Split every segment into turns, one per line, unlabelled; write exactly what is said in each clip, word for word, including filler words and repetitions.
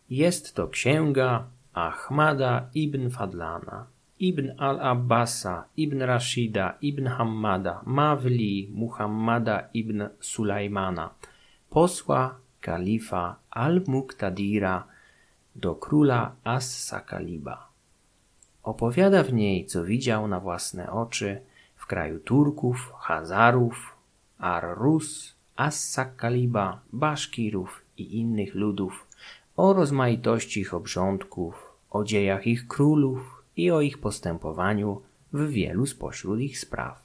Jest to księga Ahmada ibn Fadlana, ibn al-Abbasa, ibn Rashida, ibn Hammada, Mawli, Muhammada ibn Sulajmana, posła kalifa al-Muqtadira do króla As-Sakaliba. Opowiada w niej, co widział na własne oczy w kraju Turków, Hazarów, Ar-Rus, As-Sakaliba, Baszkirów i innych ludów, o rozmaitości ich obrządków, o dziejach ich królów i o ich postępowaniu w wielu spośród ich spraw.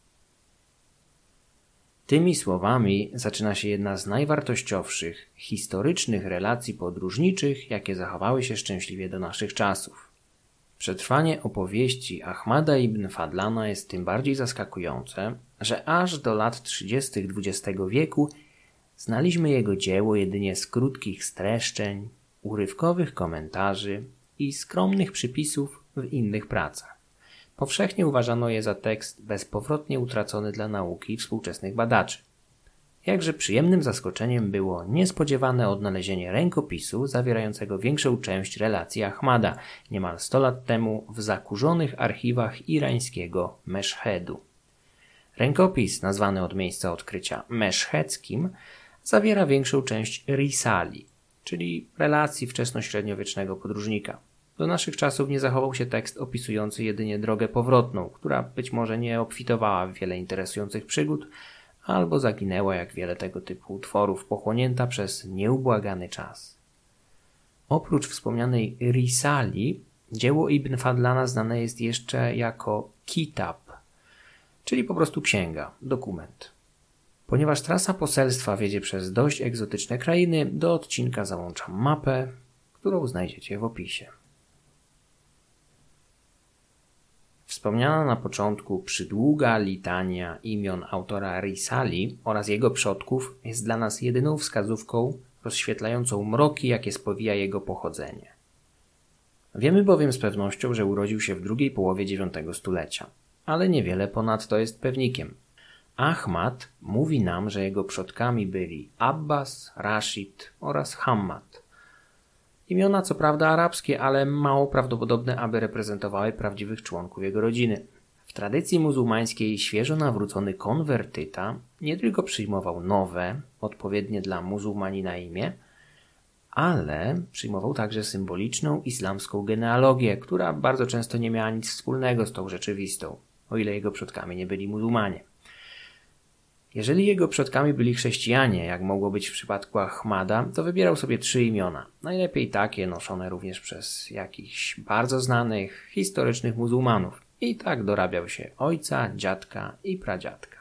Tymi słowami zaczyna się jedna z najwartościowszych historycznych relacji podróżniczych, jakie zachowały się szczęśliwie do naszych czasów. Przetrwanie opowieści Ahmada ibn Fadlana jest tym bardziej zaskakujące, że aż do lat trzydziestych dwudziestego wieku znaliśmy jego dzieło jedynie z krótkich streszczeń, urywkowych komentarzy i skromnych przypisów w innych pracach. Powszechnie uważano je za tekst bezpowrotnie utracony dla nauki i współczesnych badaczy. Jakże przyjemnym zaskoczeniem było niespodziewane odnalezienie rękopisu zawierającego większą część relacji Ahmada niemal sto lat temu w zakurzonych archiwach irańskiego Meszhedu. Rękopis, nazwany od miejsca odkrycia meszhedzkim, zawiera większą część risali, czyli relacji wczesnośredniowiecznego podróżnika. Do naszych czasów nie zachował się tekst opisujący jedynie drogę powrotną, która być może nie obfitowała w wiele interesujących przygód, albo zaginęła jak wiele tego typu utworów, pochłonięta przez nieubłagany czas. Oprócz wspomnianej risali, dzieło Ibn Fadlana znane jest jeszcze jako kitab, czyli po prostu księga, dokument. Ponieważ trasa poselstwa wiedzie przez dość egzotyczne krainy, do odcinka załączam mapę, którą znajdziecie w opisie. Wspomniana na początku przydługa litania imion autora Risali oraz jego przodków jest dla nas jedyną wskazówką rozświetlającą mroki, jakie spowija jego pochodzenie. Wiemy bowiem z pewnością, że urodził się w drugiej połowie dziewiątego stulecia, ale niewiele ponadto jest pewnikiem. Ahmad mówi nam, że jego przodkami byli Abbas, Rashid oraz Hammad. Imiona co prawda arabskie, ale mało prawdopodobne, aby reprezentowały prawdziwych członków jego rodziny. W tradycji muzułmańskiej świeżo nawrócony konwertyta nie tylko przyjmował nowe, odpowiednie dla muzułmanina imię, ale przyjmował także symboliczną islamską genealogię, która bardzo często nie miała nic wspólnego z tą rzeczywistą, o ile jego przodkami nie byli muzułmanie. Jeżeli jego przodkami byli chrześcijanie, jak mogło być w przypadku Ahmada, to wybierał sobie trzy imiona. Najlepiej takie noszone również przez jakichś bardzo znanych, historycznych muzułmanów. I tak dorabiał się ojca, dziadka i pradziadka.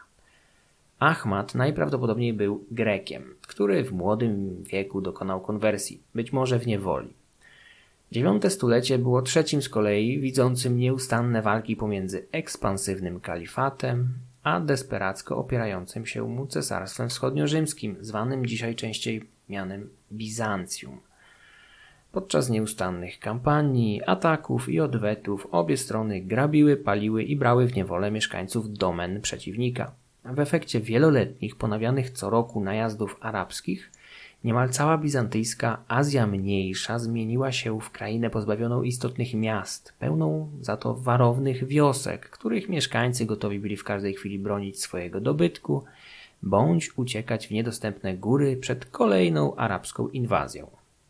Ahmad najprawdopodobniej był Grekiem, który w młodym wieku dokonał konwersji, być może w niewoli. Dziewiąte stulecie było trzecim z kolei widzącym nieustanne walki pomiędzy ekspansywnym kalifatem a desperacko opierającym się mu cesarstwem wschodniorzymskim, zwanym dzisiaj częściej mianem Bizancjum. Podczas nieustannych kampanii, ataków i odwetów obie strony grabiły, paliły i brały w niewolę mieszkańców domen przeciwnika. W efekcie wieloletnich, ponawianych co roku najazdów arabskich, niemal cała bizantyjska Azja Mniejsza zmieniła się w krainę pozbawioną istotnych miast, pełną za to warownych wiosek, których mieszkańcy gotowi byli w każdej chwili bronić swojego dobytku, bądź uciekać w niedostępne góry przed kolejną arabską inwazją.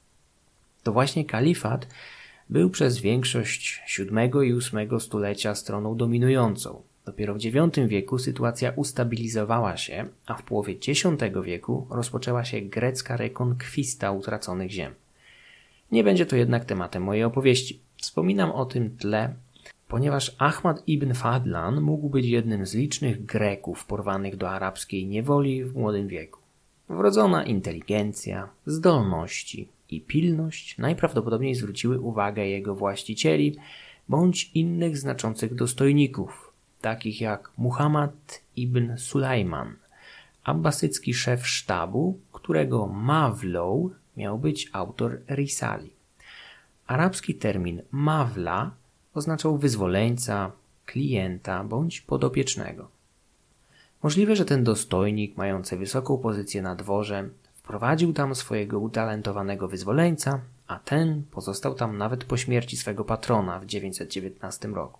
To właśnie kalifat był przez większość siódmego i ósmego stulecia stroną dominującą. Dopiero w dziewiątym wieku sytuacja ustabilizowała się, a w połowie dziesiątego wieku rozpoczęła się grecka rekonkwista utraconych ziem. Nie będzie to jednak tematem mojej opowieści. Wspominam o tym tle, ponieważ Ahmad ibn Fadlan mógł być jednym z licznych Greków porwanych do arabskiej niewoli w młodym wieku. Wrodzona inteligencja, zdolności i pilność najprawdopodobniej zwróciły uwagę jego właścicieli bądź innych znaczących dostojników, takich jak Muhammad ibn Sulajman, abbasycki szef sztabu, którego Mawlą miał być autor Risali. Arabski termin Mawla oznaczał wyzwoleńca, klienta bądź podopiecznego. Możliwe, że ten dostojnik, mający wysoką pozycję na dworze, wprowadził tam swojego utalentowanego wyzwoleńca, a ten pozostał tam nawet po śmierci swego patrona w dziewięćset dziewiętnastym roku.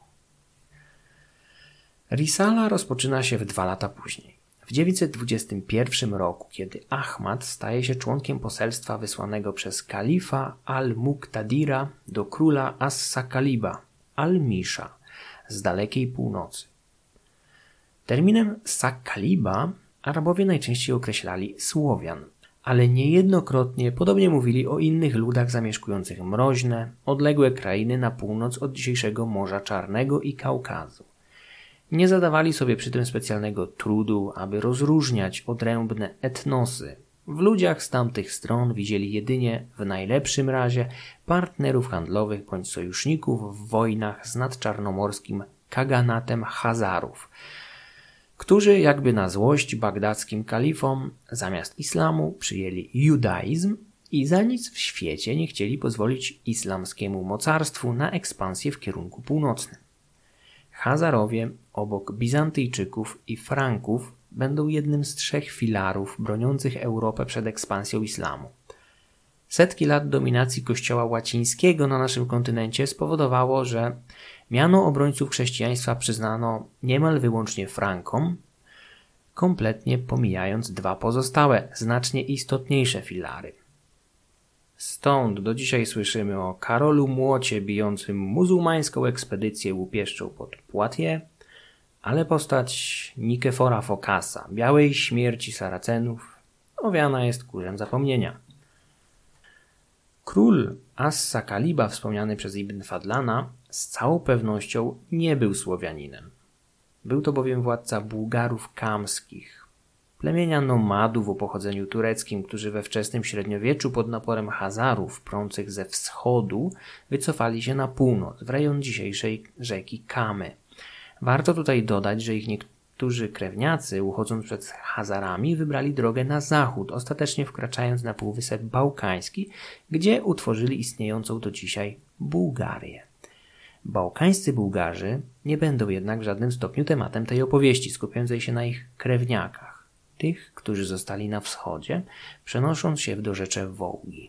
Risala rozpoczyna się w dwa lata później. W dziewięćset dwudziestym pierwszym roku, kiedy Ahmad staje się członkiem poselstwa wysłanego przez kalifa al-Muqtadira do króla As-Sakaliba, al-Misha, z dalekiej północy. Terminem Sakaliba Arabowie najczęściej określali Słowian, ale niejednokrotnie podobnie mówili o innych ludach zamieszkujących mroźne, odległe krainy na północ od dzisiejszego Morza Czarnego i Kaukazu. Nie zadawali sobie przy tym specjalnego trudu, aby rozróżniać odrębne etnosy. W ludziach z tamtych stron widzieli jedynie w najlepszym razie partnerów handlowych bądź sojuszników w wojnach z nadczarnomorskim kaganatem Chazarów, którzy jakby na złość bagdackim kalifom zamiast islamu przyjęli judaizm i za nic w świecie nie chcieli pozwolić islamskiemu mocarstwu na ekspansję w kierunku północnym. Chazarowie obok Bizantyjczyków i Franków będą jednym z trzech filarów broniących Europę przed ekspansją islamu. Setki lat dominacji kościoła łacińskiego na naszym kontynencie spowodowało, że miano obrońców chrześcijaństwa przyznano niemal wyłącznie Frankom, kompletnie pomijając dwa pozostałe, znacznie istotniejsze filary. Stąd do dzisiaj słyszymy o Karolu Młocie bijącym muzułmańską ekspedycję łupieszczą pod Poitiers, ale postać Nikefora Fokasa, białej śmierci Saracenów, owiana jest kurzem zapomnienia. Król As-Sakaliba wspomniany przez Ibn Fadlana z całą pewnością nie był Słowianinem. Był to bowiem władca Bułgarów kamskich, plemienia nomadów o pochodzeniu tureckim, którzy we wczesnym średniowieczu pod naporem Chazarów prących ze wschodu wycofali się na północ, w rejon dzisiejszej rzeki Kamy. Warto tutaj dodać, że ich niektórzy krewniacy, uchodząc przed Chazarami, wybrali drogę na zachód, ostatecznie wkraczając na Półwysep Bałkański, gdzie utworzyli istniejącą do dzisiaj Bułgarię. Bałkańscy Bułgarzy nie będą jednak w żadnym stopniu tematem tej opowieści, skupiającej się na ich krewniakach, tych, którzy zostali na wschodzie, przenosząc się w dorzecze Wołgi.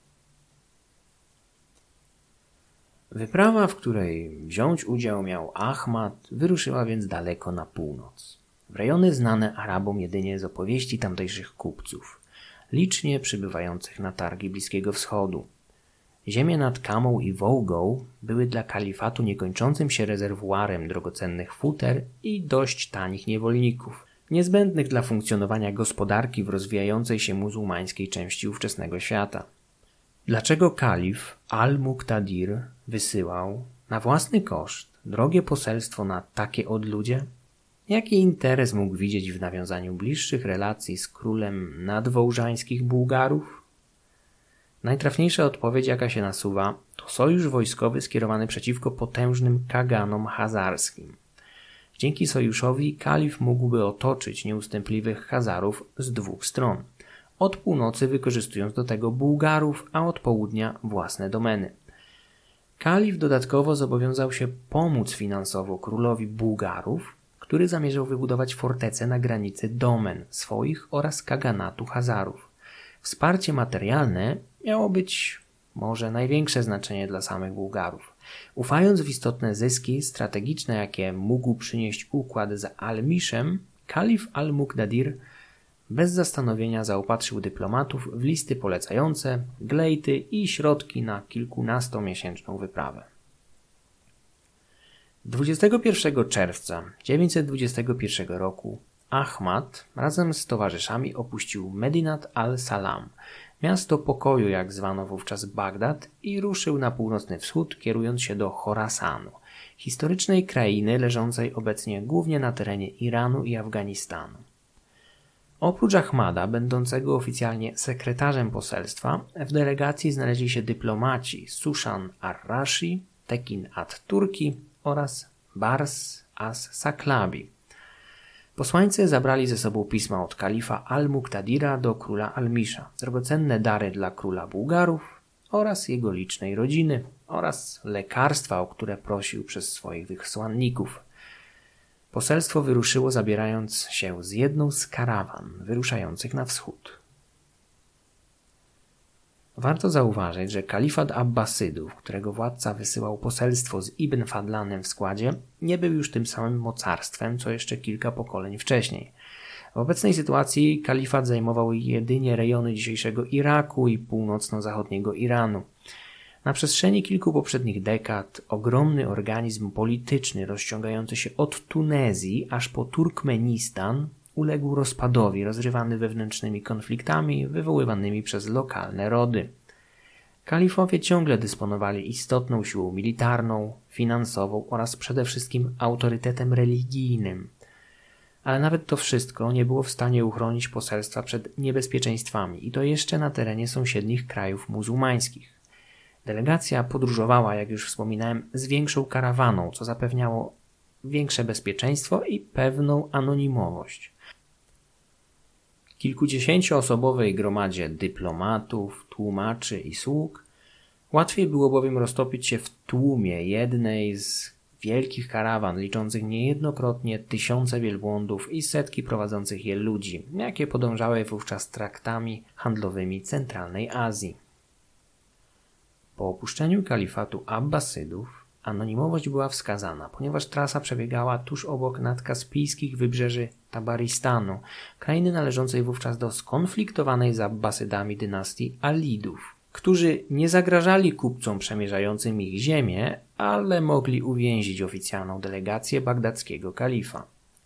Wyprawa, w której wziąć udział miał Ahmad, wyruszyła więc daleko na północ, w rejony znane Arabom jedynie z opowieści tamtejszych kupców, licznie przybywających na targi Bliskiego Wschodu. Ziemie nad Kamą i Wołgą były dla kalifatu niekończącym się rezerwuarem drogocennych futer i dość tanich niewolników, niezbędnych dla funkcjonowania gospodarki w rozwijającej się muzułmańskiej części ówczesnego świata. Dlaczego kalif al-Muqtadir wysyłał na własny koszt drogie poselstwo na takie odludzie? Jaki interes mógł widzieć w nawiązaniu bliższych relacji z królem nadwołżańskich Bułgarów? Najtrafniejsza odpowiedź, jaka się nasuwa, to sojusz wojskowy skierowany przeciwko potężnym kaganom chazarskim. Dzięki sojuszowi kalif mógłby otoczyć nieustępliwych Chazarów z dwóch stron. Od północy wykorzystując do tego Bułgarów, a od południa własne domeny. Kalif dodatkowo zobowiązał się pomóc finansowo królowi Bułgarów, który zamierzał wybudować fortecę na granicy domen swoich oraz kaganatu Chazarów. Wsparcie materialne miało być może największe znaczenie dla samych Bułgarów. Ufając w istotne zyski strategiczne, jakie mógł przynieść układ z Al-Miszem, kalif al-Muqtadir bez zastanowienia zaopatrzył dyplomatów w listy polecające, glejty i środki na kilkunastomiesięczną wyprawę. dwudziestego pierwszego czerwca dziewięćset dwudziestego pierwszego roku Ahmad razem z towarzyszami opuścił Medinat al-Salam, miasto pokoju, jak zwano wówczas Bagdad, i ruszył na północny wschód, kierując się do Chorasanu, historycznej krainy leżącej obecnie głównie na terenie Iranu i Afganistanu. Oprócz Ahmada, będącego oficjalnie sekretarzem poselstwa, w delegacji znaleźli się dyplomaci Sushan ar-Rashi, Tekin at-Turki oraz Bars as-Saklabi. Posłańcy zabrali ze sobą pisma od kalifa al-Muqtadira do króla al-Misha, drogocenne dary dla króla Bułgarów oraz jego licznej rodziny oraz lekarstwa, o które prosił przez swoich wysłanników. Poselstwo wyruszyło zabierając się z jedną z karawan wyruszających na wschód. Warto zauważyć, że kalifat Abbasydów, którego władca wysyłał poselstwo z Ibn Fadlanem w składzie, nie był już tym samym mocarstwem, co jeszcze kilka pokoleń wcześniej. W obecnej sytuacji kalifat zajmował jedynie rejony dzisiejszego Iraku i północno-zachodniego Iranu. Na przestrzeni kilku poprzednich dekad ogromny organizm polityczny rozciągający się od Tunezji aż po Turkmenistan uległ rozpadowi, rozrywany wewnętrznymi konfliktami wywoływanymi przez lokalne rody. Kalifowie ciągle dysponowali istotną siłą militarną, finansową oraz przede wszystkim autorytetem religijnym. Ale nawet to wszystko nie było w stanie uchronić poselstwa przed niebezpieczeństwami i to jeszcze na terenie sąsiednich krajów muzułmańskich. Delegacja podróżowała, jak już wspominałem, z większą karawaną, co zapewniało większe bezpieczeństwo i pewną anonimowość. Kilkudziesięcioosobowej gromadzie dyplomatów, tłumaczy i sług łatwiej było bowiem roztopić się w tłumie jednej z wielkich karawan liczących niejednokrotnie tysiące wielbłądów i setki prowadzących je ludzi, jakie podążały wówczas traktami handlowymi centralnej Azji. Po opuszczeniu kalifatu Abbasydów anonimowość była wskazana, ponieważ trasa przebiegała tuż obok nadkaspijskich wybrzeży Tabaristanu, krainy należącej wówczas do skonfliktowanej z Abbasydami dynastii Alidów, którzy nie zagrażali kupcom przemierzającym ich ziemię, ale mogli uwięzić oficjalną delegację bagdadzkiego kalifa.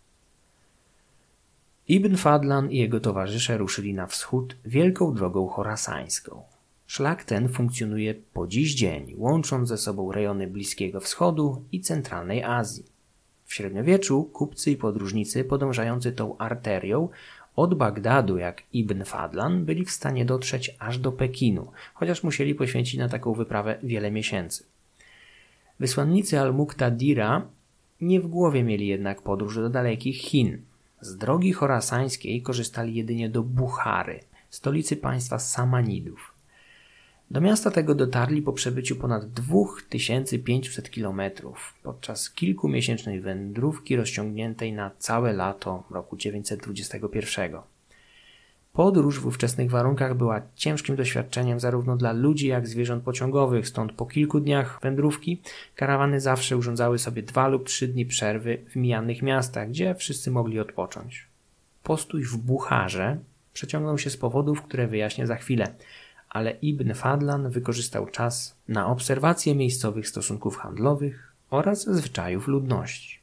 Ibn Fadlan i jego towarzysze ruszyli na wschód wielką drogą chorasańską. Szlak ten funkcjonuje po dziś dzień, łącząc ze sobą rejony Bliskiego Wschodu i centralnej Azji. W średniowieczu kupcy i podróżnicy podążający tą arterią od Bagdadu jak Ibn Fadlan byli w stanie dotrzeć aż do Pekinu, chociaż musieli poświęcić na taką wyprawę wiele miesięcy. Wysłannicy Al-Muqtadira nie w głowie mieli jednak podróż do dalekich Chin. Z drogi chorasańskiej korzystali jedynie do Buchary, stolicy państwa Samanidów. Do miasta tego dotarli po przebyciu ponad dwa tysiące pięćset kilometrów podczas kilkumiesięcznej wędrówki rozciągniętej na całe lato roku dziewięćset dwudziestego pierwszego. Podróż w ówczesnych warunkach była ciężkim doświadczeniem zarówno dla ludzi jak zwierząt pociągowych, stąd po kilku dniach wędrówki karawany zawsze urządzały sobie dwa lub trzy dni przerwy w mijanych miastach, gdzie wszyscy mogli odpocząć. Postój w Bucharze przeciągnął się z powodów, które wyjaśnię za chwilę, ale Ibn Fadlan wykorzystał czas na obserwację miejscowych stosunków handlowych oraz zwyczajów ludności.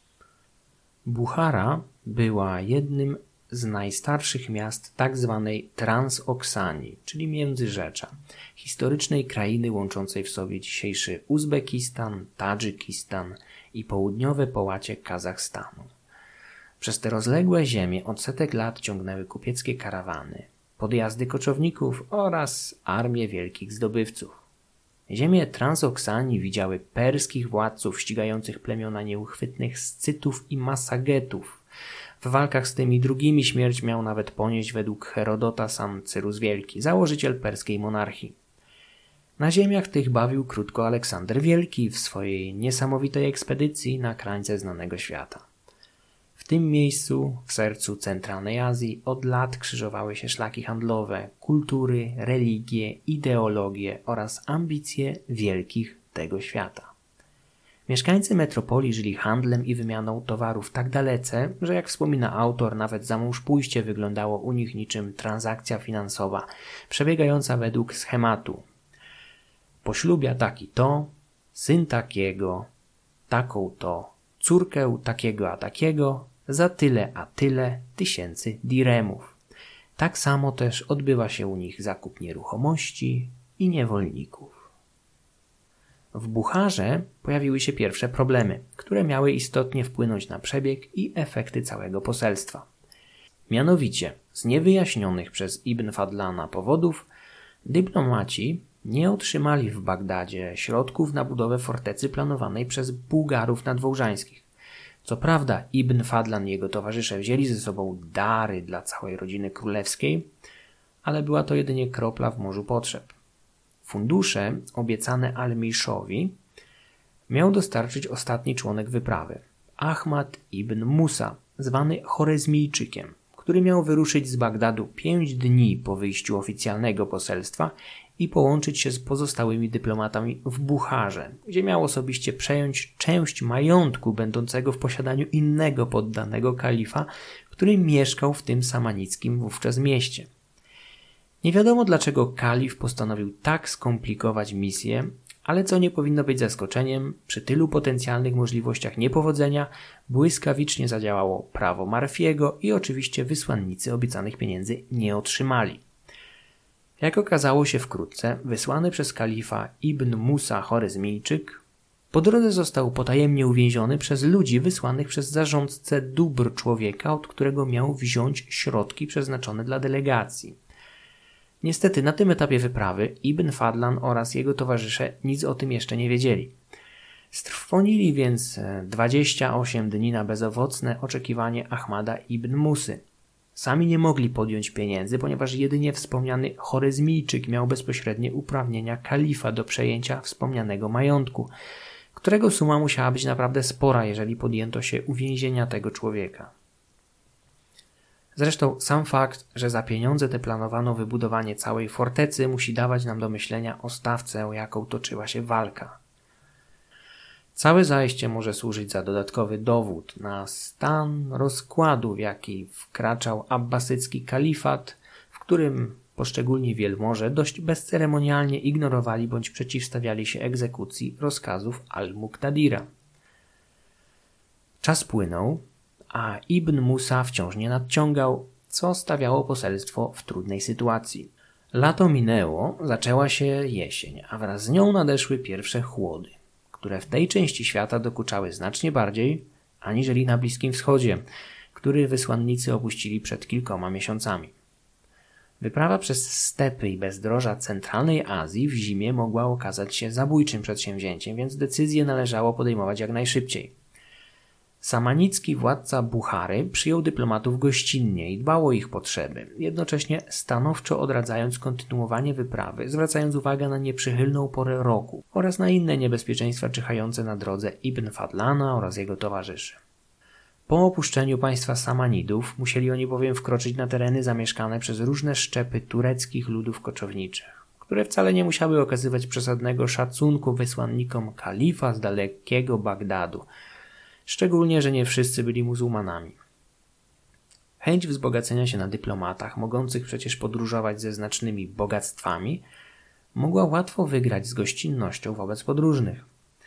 Buchara była jednym z najstarszych miast tzw. Transoksanii, czyli Międzyrzecza, historycznej krainy łączącej w sobie dzisiejszy Uzbekistan, Tadżykistan i południowe połacie Kazachstanu. Przez te rozległe ziemie od setek lat ciągnęły kupieckie karawany, podjazdy koczowników oraz armie wielkich zdobywców. Ziemie Transoksanii widziały perskich władców ścigających plemiona nieuchwytnych Scytów i Masagetów. W walkach z tymi drugimi śmierć miał nawet ponieść według Herodota sam Cyrus Wielki, założyciel perskiej monarchii. Na ziemiach tych bawił krótko Aleksander Wielki w swojej niesamowitej ekspedycji na krańce znanego świata. W tym miejscu, w sercu centralnej Azji, od lat krzyżowały się szlaki handlowe, kultury, religie, ideologie oraz ambicje wielkich tego świata. Mieszkańcy metropolii żyli handlem i wymianą towarów tak dalece, że jak wspomina autor, nawet za mąż pójście wyglądało u nich niczym transakcja finansowa, przebiegająca według schematu. Poślubia taki to, syn takiego, taką to, córkę takiego a takiego, za tyle a tyle tysięcy diremów. Tak samo też odbywa się u nich zakup nieruchomości i niewolników. W Bucharze pojawiły się pierwsze problemy, które miały istotnie wpłynąć na przebieg i efekty całego poselstwa. Mianowicie, z niewyjaśnionych przez Ibn Fadlana powodów, dyplomaci nie otrzymali w Bagdadzie środków na budowę fortecy planowanej przez Bułgarów nadwołżańskich. Co prawda Ibn Fadlan i jego towarzysze wzięli ze sobą dary dla całej rodziny królewskiej, ale była to jedynie kropla w morzu potrzeb. Fundusze obiecane Al-Miszowi miał dostarczyć ostatni członek wyprawy, Ahmad ibn Musa, zwany Chorezmijczykiem, który miał wyruszyć z Bagdadu pięć dni po wyjściu oficjalnego poselstwa i połączyć się z pozostałymi dyplomatami w Bucharze, gdzie miał osobiście przejąć część majątku będącego w posiadaniu innego poddanego kalifa, który mieszkał w tym samanickim wówczas mieście. Nie wiadomo, dlaczego kalif postanowił tak skomplikować misję, ale co nie powinno być zaskoczeniem, przy tylu potencjalnych możliwościach niepowodzenia błyskawicznie zadziałało prawo Marfiego i oczywiście wysłannicy obiecanych pieniędzy nie otrzymali. Jak okazało się wkrótce, wysłany przez kalifa Ibn Musa Chorezmijczyk po drodze został potajemnie uwięziony przez ludzi wysłanych przez zarządcę dóbr człowieka, od którego miał wziąć środki przeznaczone dla delegacji. Niestety na tym etapie wyprawy Ibn Fadlan oraz jego towarzysze nic o tym jeszcze nie wiedzieli. Strwonili więc dwadzieścia osiem dni na bezowocne oczekiwanie Ahmada ibn Musy. Sami nie mogli podjąć pieniędzy, ponieważ jedynie wspomniany Chorezmijczyk miał bezpośrednie uprawnienia kalifa do przejęcia wspomnianego majątku, którego suma musiała być naprawdę spora, jeżeli podjęto się uwięzienia tego człowieka. Zresztą sam fakt, że za pieniądze te planowano wybudowanie całej fortecy, musi dawać nam do myślenia o stawce, o jaką toczyła się walka. Całe zajście może służyć za dodatkowy dowód na stan rozkładu, w jaki wkraczał abbasycki kalifat, w którym poszczególni wielmoże dość bezceremonialnie ignorowali bądź przeciwstawiali się egzekucji rozkazów al-Muqtadira. Czas płynął, a Ibn Musa wciąż nie nadciągał, co stawiało poselstwo w trudnej sytuacji. Lato minęło, zaczęła się jesień, a wraz z nią nadeszły pierwsze chłody, które w tej części świata dokuczały znacznie bardziej aniżeli na Bliskim Wschodzie, który wysłannicy opuścili przed kilkoma miesiącami. Wyprawa przez stepy i bezdroża centralnej Azji w zimie mogła okazać się zabójczym przedsięwzięciem, więc decyzję należało podejmować jak najszybciej. Samanicki władca Buchary przyjął dyplomatów gościnnie i dbał o ich potrzeby, jednocześnie stanowczo odradzając kontynuowanie wyprawy, zwracając uwagę na nieprzychylną porę roku oraz na inne niebezpieczeństwa czyhające na drodze Ibn Fadlana oraz jego towarzyszy. Po opuszczeniu państwa Samanidów musieli oni bowiem wkroczyć na tereny zamieszkane przez różne szczepy tureckich ludów koczowniczych, które wcale nie musiały okazywać przesadnego szacunku wysłannikom kalifa z dalekiego Bagdadu, szczególnie, że nie wszyscy byli muzułmanami. Chęć wzbogacenia się na dyplomatach, mogących przecież podróżować ze znacznymi bogactwami, mogła łatwo wygrać z gościnnością wobec podróżnych.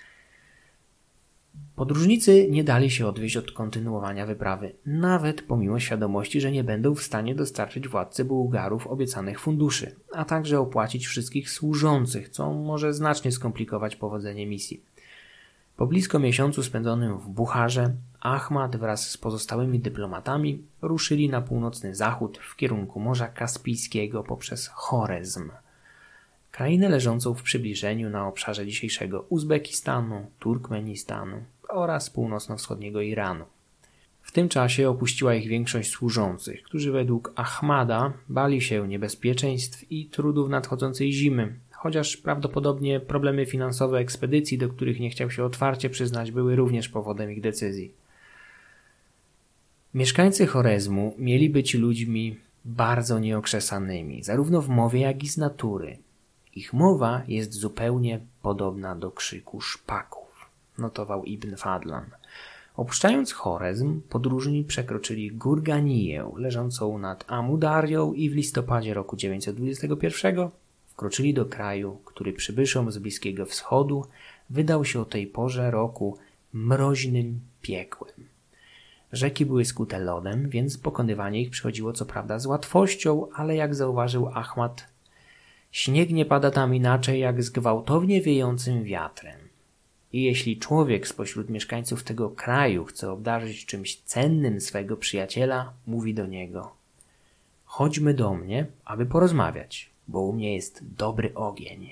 Podróżnicy nie dali się odwieść od kontynuowania wyprawy, nawet pomimo świadomości, że nie będą w stanie dostarczyć władcy Bułgarów obiecanych funduszy, a także opłacić wszystkich służących, co może znacznie skomplikować powodzenie misji. Po blisko miesiącu spędzonym w Bucharze, Ahmad wraz z pozostałymi dyplomatami ruszyli na północny zachód w kierunku Morza Kaspijskiego poprzez Chorezm, krainę leżącą w przybliżeniu na obszarze dzisiejszego Uzbekistanu, Turkmenistanu oraz północno-wschodniego Iranu. W tym czasie opuściła ich większość służących, którzy według Ahmada bali się niebezpieczeństw i trudów nadchodzącej zimy, chociaż prawdopodobnie problemy finansowe ekspedycji, do których nie chciał się otwarcie przyznać, były również powodem ich decyzji. Mieszkańcy Chorezmu mieli być ludźmi bardzo nieokrzesanymi, zarówno w mowie, jak i z natury. Ich mowa jest zupełnie podobna do krzyku szpaków, notował Ibn Fadlan. Opuszczając Chorezm, podróżni przekroczyli Gurganiję, leżącą nad Amudarią i w listopadzie roku dziewięćset dwudziestego pierwszego wkroczyli do kraju, który przybyszom z Bliskiego Wschodu wydał się o tej porze roku mroźnym piekłem. Rzeki były skute lodem, więc pokonywanie ich przychodziło co prawda z łatwością, ale jak zauważył Ahmad, śnieg nie pada tam inaczej jak z gwałtownie wiejącym wiatrem. I jeśli człowiek spośród mieszkańców tego kraju chce obdarzyć czymś cennym swego przyjaciela, mówi do niego: chodźmy do mnie, aby porozmawiać, bo u mnie jest dobry ogień.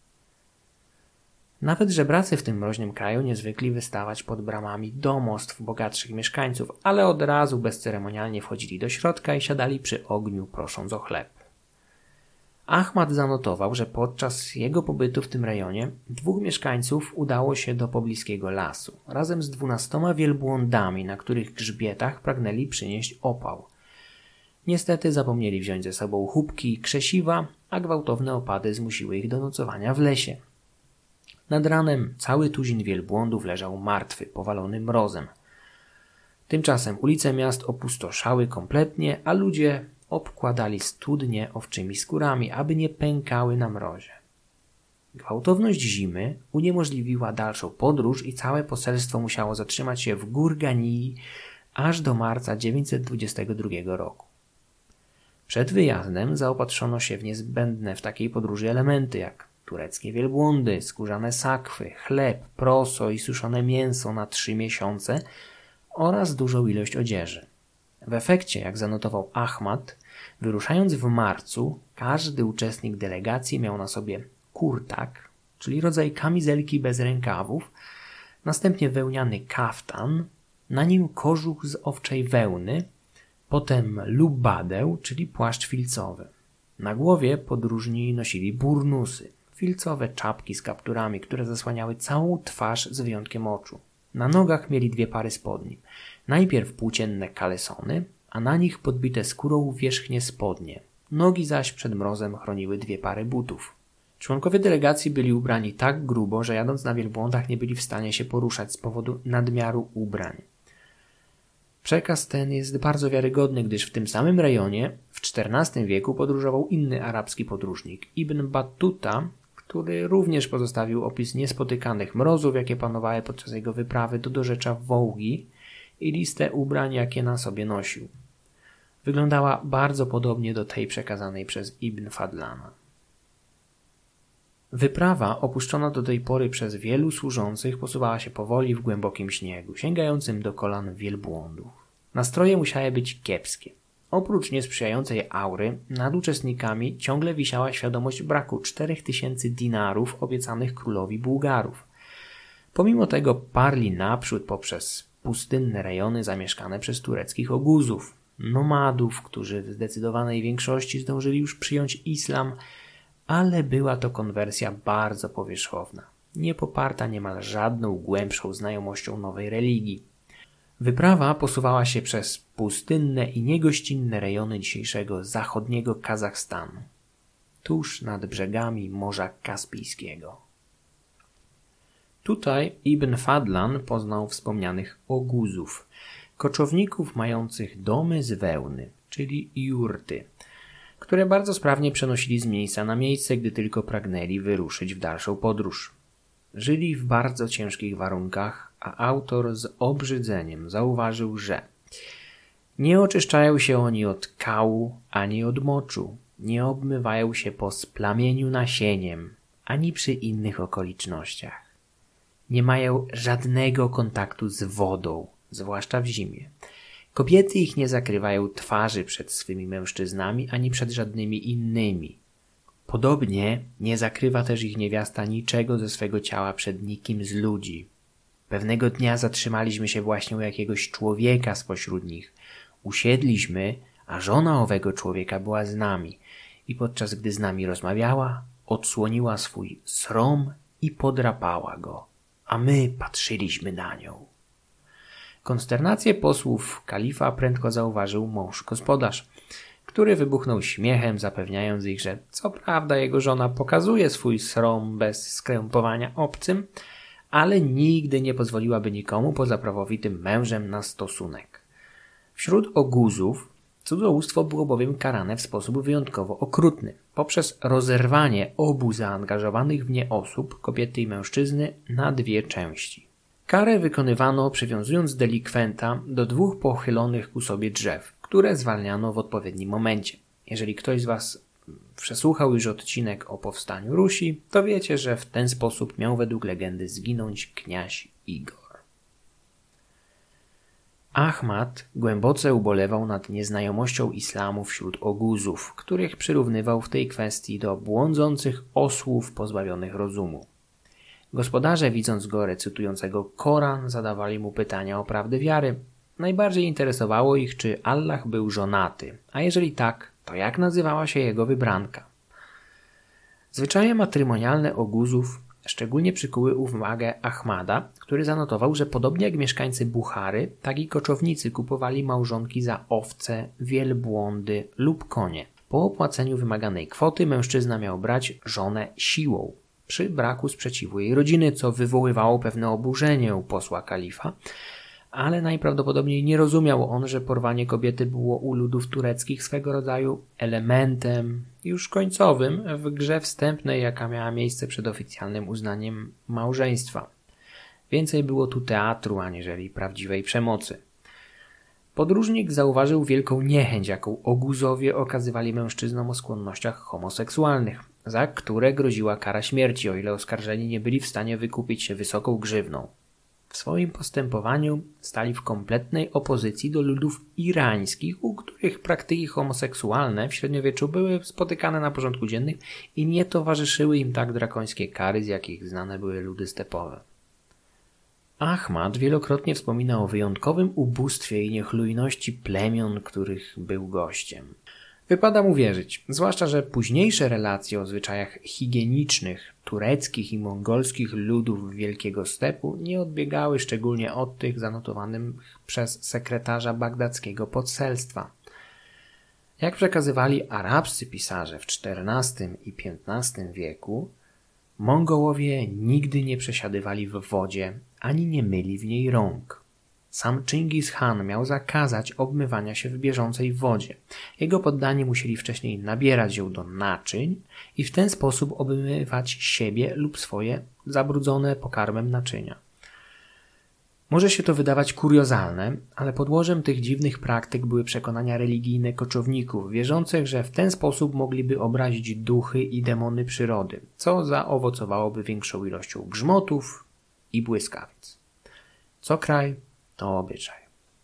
Nawet żebracy w tym mroźnym kraju nie zwykli wystawać pod bramami domostw bogatszych mieszkańców, ale od razu bezceremonialnie wchodzili do środka i siadali przy ogniu, prosząc o chleb. Ahmad zanotował, że podczas jego pobytu w tym rejonie dwóch mieszkańców udało się do pobliskiego lasu, razem z dwunastoma wielbłądami, na których grzbietach pragnęli przynieść opał. Niestety zapomnieli wziąć ze sobą chubki i krzesiwa, a gwałtowne opady zmusiły ich do nocowania w lesie. Nad ranem cały tuzin wielbłądów leżał martwy, powalony mrozem. Tymczasem ulice miast opustoszały kompletnie, a ludzie obkładali studnie owczymi skórami, aby nie pękały na mrozie. Gwałtowność zimy uniemożliwiła dalszą podróż i całe poselstwo musiało zatrzymać się w Gurganii aż do marca dziewięćset dwudziestego drugiego roku. Przed wyjazdem zaopatrzono się w niezbędne w takiej podróży elementy jak tureckie wielbłądy, skórzane sakwy, chleb, proso i suszone mięso na trzy miesiące oraz dużą ilość odzieży. W efekcie, jak zanotował Ahmad, wyruszając w marcu, każdy uczestnik delegacji miał na sobie kurtak, czyli rodzaj kamizelki bez rękawów, następnie wełniany kaftan, na nim kożuch z owczej wełny, potem lubadeł, czyli płaszcz filcowy. Na głowie podróżni nosili burnusy, filcowe czapki z kapturami, które zasłaniały całą twarz z wyjątkiem oczu. Na nogach mieli dwie pary spodni. Najpierw płócienne kalesony, a na nich podbite skórą wierzchnie spodnie. Nogi zaś przed mrozem chroniły dwie pary butów. Członkowie delegacji byli ubrani tak grubo, że jadąc na wielbłądach nie byli w stanie się poruszać z powodu nadmiaru ubrań. Przekaz ten jest bardzo wiarygodny, gdyż w tym samym rejonie w czternastym wieku podróżował inny arabski podróżnik, Ibn Battuta, który również pozostawił opis niespotykanych mrozów, jakie panowały podczas jego wyprawy do dorzecza Wołgi i listę ubrań, jakie na sobie nosił. Wyglądała bardzo podobnie do tej przekazanej przez Ibn Fadlana. Wyprawa, opuszczona do tej pory przez wielu służących, posuwała się powoli w głębokim śniegu, sięgającym do kolan wielbłądów. Nastroje musiały być kiepskie. Oprócz niesprzyjającej aury, nad uczestnikami ciągle wisiała świadomość braku czterech tysięcy dinarów obiecanych królowi Bułgarów. Pomimo tego parli naprzód poprzez pustynne rejony zamieszkane przez tureckich oguzów, nomadów, którzy w zdecydowanej większości zdążyli już przyjąć islam, ale była to konwersja bardzo powierzchowna, nie poparta niemal żadną głębszą znajomością nowej religii. Wyprawa posuwała się przez pustynne i niegościnne rejony dzisiejszego zachodniego Kazachstanu, tuż nad brzegami Morza Kaspijskiego. Tutaj Ibn Fadlan poznał wspomnianych oguzów, koczowników mających domy z wełny, czyli jurty, które bardzo sprawnie przenosili z miejsca na miejsce, gdy tylko pragnęli wyruszyć w dalszą podróż. Żyli w bardzo ciężkich warunkach, a autor z obrzydzeniem zauważył, że nie oczyszczają się oni od kału ani od moczu, nie obmywają się po splamieniu nasieniem, ani przy innych okolicznościach. Nie mają żadnego kontaktu z wodą, zwłaszcza w zimie. Kobiety ich nie zakrywają twarzy przed swymi mężczyznami, ani przed żadnymi innymi. Podobnie nie zakrywa też ich niewiasta niczego ze swego ciała przed nikim z ludzi. Pewnego dnia zatrzymaliśmy się właśnie u jakiegoś człowieka spośród nich. Usiedliśmy, a żona owego człowieka była z nami i podczas gdy z nami rozmawiała, odsłoniła swój srom i podrapała go, a my patrzyliśmy na nią. Konsternację posłów kalifa prędko zauważył mąż gospodarz, który wybuchnął śmiechem, zapewniając ich, że co prawda jego żona pokazuje swój srom bez skrępowania obcym, ale nigdy nie pozwoliłaby nikomu poza prawowitym mężem na stosunek. Wśród oguzów cudzołóstwo było bowiem karane w sposób wyjątkowo okrutny, poprzez rozerwanie obu zaangażowanych w nie osób, kobiety i mężczyzny, na dwie części. Karę wykonywano przywiązując delikwenta do dwóch pochylonych ku sobie drzew, które zwalniano w odpowiednim momencie. Jeżeli ktoś z Was przesłuchał już odcinek o powstaniu Rusi, to wiecie, że w ten sposób miał według legendy zginąć kniaź Igor. Ahmad głęboce ubolewał nad nieznajomością islamu wśród oguzów, których przyrównywał w tej kwestii do błądzących osłów pozbawionych rozumu. Gospodarze, widząc go recytującego Koran, zadawali mu pytania o prawdę wiary. Najbardziej interesowało ich, czy Allah był żonaty, a jeżeli tak, to jak nazywała się jego wybranka. Zwyczaje matrymonialne oguzów szczególnie przykuły uwagę Ahmada, który zanotował, że podobnie jak mieszkańcy Buchary, tak i koczownicy kupowali małżonki za owce, wielbłądy lub konie. Po opłaceniu wymaganej kwoty mężczyzna miał brać żonę siłą, przy braku sprzeciwu jej rodziny, co wywoływało pewne oburzenie u posła kalifa, ale najprawdopodobniej nie rozumiał on, że porwanie kobiety było u ludów tureckich swego rodzaju elementem już końcowym w grze wstępnej, jaka miała miejsce przed oficjalnym uznaniem małżeństwa. Więcej było tu teatru, aniżeli prawdziwej przemocy. Podróżnik zauważył wielką niechęć, jaką Oguzowie okazywali mężczyznom o skłonnościach homoseksualnych, za które groziła kara śmierci, o ile oskarżeni nie byli w stanie wykupić się wysoką grzywną. W swoim postępowaniu stali w kompletnej opozycji do ludów irańskich, u których praktyki homoseksualne w średniowieczu były spotykane na porządku dziennym i nie towarzyszyły im tak drakońskie kary, z jakich znane były ludy stepowe. Ahmad wielokrotnie wspominał o wyjątkowym ubóstwie i niechlujności plemion, których był gościem. Wypada mu wierzyć, zwłaszcza że późniejsze relacje o zwyczajach higienicznych tureckich i mongolskich ludów Wielkiego Stepu nie odbiegały szczególnie od tych zanotowanych przez sekretarza bagdackiego poselstwa. Jak przekazywali arabscy pisarze w czternastym i piętnastym wieku, Mongołowie nigdy nie przesiadywali w wodzie, ani nie myli w niej rąk. Sam Chingis Khan miał zakazać obmywania się w bieżącej wodzie. Jego poddani musieli wcześniej nabierać ją do naczyń i w ten sposób obmywać siebie lub swoje zabrudzone pokarmem naczynia. Może się to wydawać kuriozalne, ale podłożem tych dziwnych praktyk były przekonania religijne koczowników, wierzących, że w ten sposób mogliby obrazić duchy i demony przyrody, co zaowocowałoby większą ilością grzmotów i błyskawic. Co kraj, to obyczaj.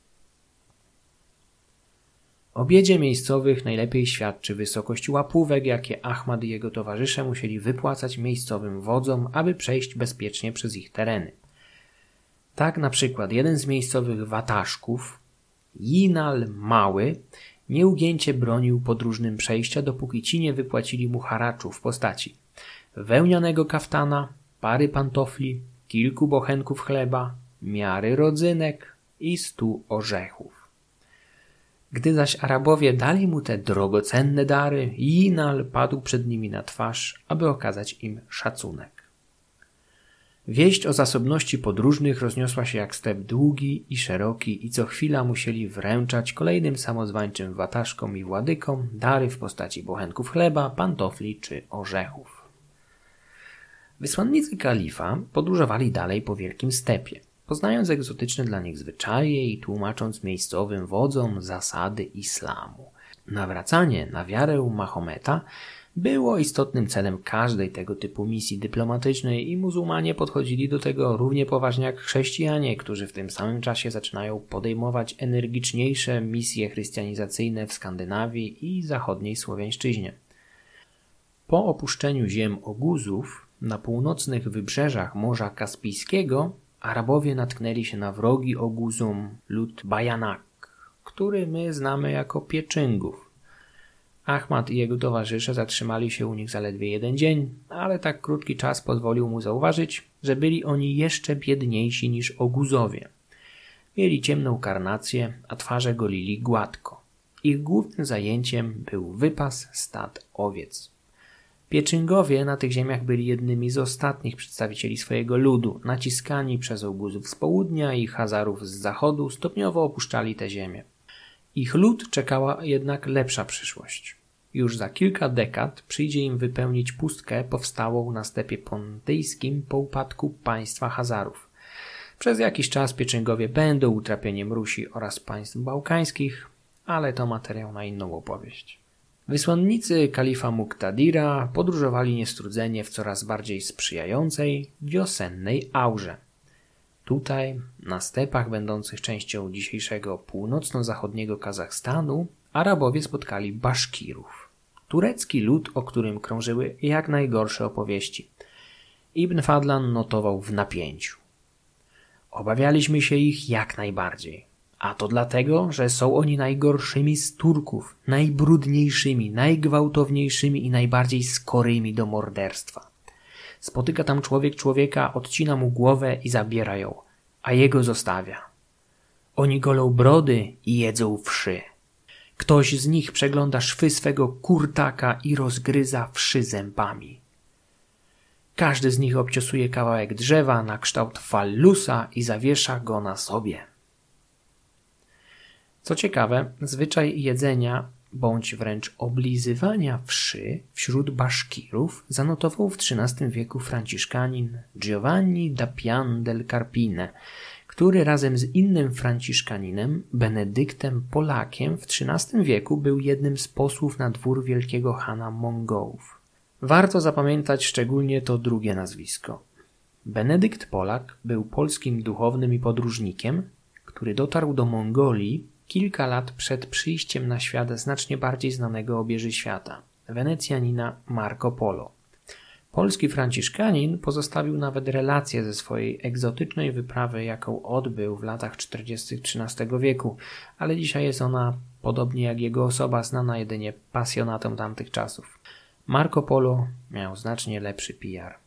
O biedzie miejscowych najlepiej świadczy wysokość łapówek, jakie Ahmad i jego towarzysze musieli wypłacać miejscowym wodzom, aby przejść bezpiecznie przez ich tereny. Tak na przykład jeden z miejscowych wataszków, Jinal Mały, nieugięcie bronił podróżnym przejścia, dopóki ci nie wypłacili mu haraczu w postaci wełnianego kaftana, pary pantofli, kilku bochenków chleba, miary rodzynek i stu orzechów. Gdy zaś Arabowie dali mu te drogocenne dary, Jinal padł przed nimi na twarz, aby okazać im szacunek. Wieść o zasobności podróżnych rozniosła się jak step długi i szeroki i co chwila musieli wręczać kolejnym samozwańczym wataszkom i władykom dary w postaci bochenków chleba, pantofli czy orzechów. Wysłannicy kalifa podróżowali dalej po wielkim stepie, poznając egzotyczne dla nich zwyczaje i tłumacząc miejscowym wodzom zasady islamu. Nawracanie na wiarę Mahometa było istotnym celem każdej tego typu misji dyplomatycznej i muzułmanie podchodzili do tego równie poważnie jak chrześcijanie, którzy w tym samym czasie zaczynają podejmować energiczniejsze misje chrystianizacyjne w Skandynawii i zachodniej Słowiańszczyźnie. Po opuszczeniu ziem Oguzów na północnych wybrzeżach Morza Kaspijskiego Arabowie natknęli się na wrogi Oguzom lud Bajanak, który my znamy jako Pieczyngów. Ahmad i jego towarzysze zatrzymali się u nich zaledwie jeden dzień, ale tak krótki czas pozwolił mu zauważyć, że byli oni jeszcze biedniejsi niż Oguzowie. Mieli ciemną karnację, a twarze golili gładko. Ich głównym zajęciem był wypas stad owiec. Pieczyngowie na tych ziemiach byli jednymi z ostatnich przedstawicieli swojego ludu. Naciskani przez Oguzów z południa i Hazarów z zachodu stopniowo opuszczali te ziemię. Ich lud czekała jednak lepsza przyszłość. Już za kilka dekad przyjdzie im wypełnić pustkę powstałą na stepie pontyjskim po upadku państwa Hazarów. Przez jakiś czas Pieczyngowie będą utrapieniem Rusi oraz państw bałkańskich, ale to materiał na inną opowieść. Wysłannicy kalifa Muktadira podróżowali niestrudzenie w coraz bardziej sprzyjającej, wiosennej aurze. Tutaj, na stepach będących częścią dzisiejszego północno-zachodniego Kazachstanu, Arabowie spotkali Baszkirów. Turecki lud, o którym krążyły jak najgorsze opowieści. Ibn Fadlan notował w napięciu. Obawialiśmy się ich jak najbardziej. A to dlatego, że są oni najgorszymi z Turków, najbrudniejszymi, najgwałtowniejszymi i najbardziej skorymi do morderstwa. Spotyka tam człowiek człowieka, odcina mu głowę i zabiera ją, a jego zostawia. Oni golą brody i jedzą wszy. Ktoś z nich przegląda szwy swego kurtaka i rozgryza wszy zębami. Każdy z nich obciosuje kawałek drzewa na kształt fallusa i zawiesza go na sobie. Co ciekawe, zwyczaj jedzenia bądź wręcz oblizywania wszy wśród Baszkirów zanotował w trzynastym wieku franciszkanin Giovanni da Pian del Carpine, który razem z innym franciszkaninem, Benedyktem Polakiem, w trzynastym wieku był jednym z posłów na dwór wielkiego Hana Mongołów. Warto zapamiętać szczególnie to drugie nazwisko. Benedykt Polak był polskim duchownym i podróżnikiem, który dotarł do Mongolii kilka lat przed przyjściem na świat znacznie bardziej znanego obieży świata, Wenecjanina Marco Polo. Polski franciszkanin pozostawił nawet relację ze swojej egzotycznej wyprawy, jaką odbył w latach czterdziestych trzynastego wieku, ale dzisiaj jest ona, podobnie jak jego osoba, znana jedynie pasjonatom tamtych czasów. Marco Polo miał znacznie lepszy P R.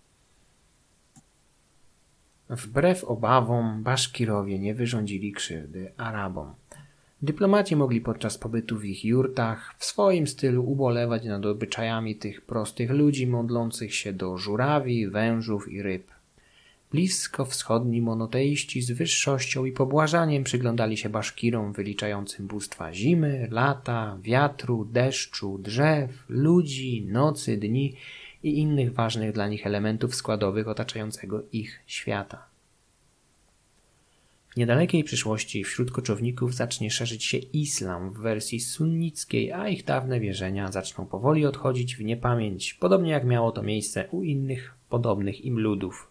Wbrew obawom Baszkirowie nie wyrządzili krzywdy Arabom. Dyplomaci mogli podczas pobytu w ich jurtach w swoim stylu ubolewać nad obyczajami tych prostych ludzi modlących się do żurawi, wężów i ryb. Bliskowschodni monoteiści z wyższością i pobłażaniem przyglądali się Baszkirom wyliczającym bóstwa zimy, lata, wiatru, deszczu, drzew, ludzi, nocy, dni i innych ważnych dla nich elementów składowych otaczającego ich świata. W niedalekiej przyszłości wśród koczowników zacznie szerzyć się islam w wersji sunnickiej, a ich dawne wierzenia zaczną powoli odchodzić w niepamięć, podobnie jak miało to miejsce u innych podobnych im ludów.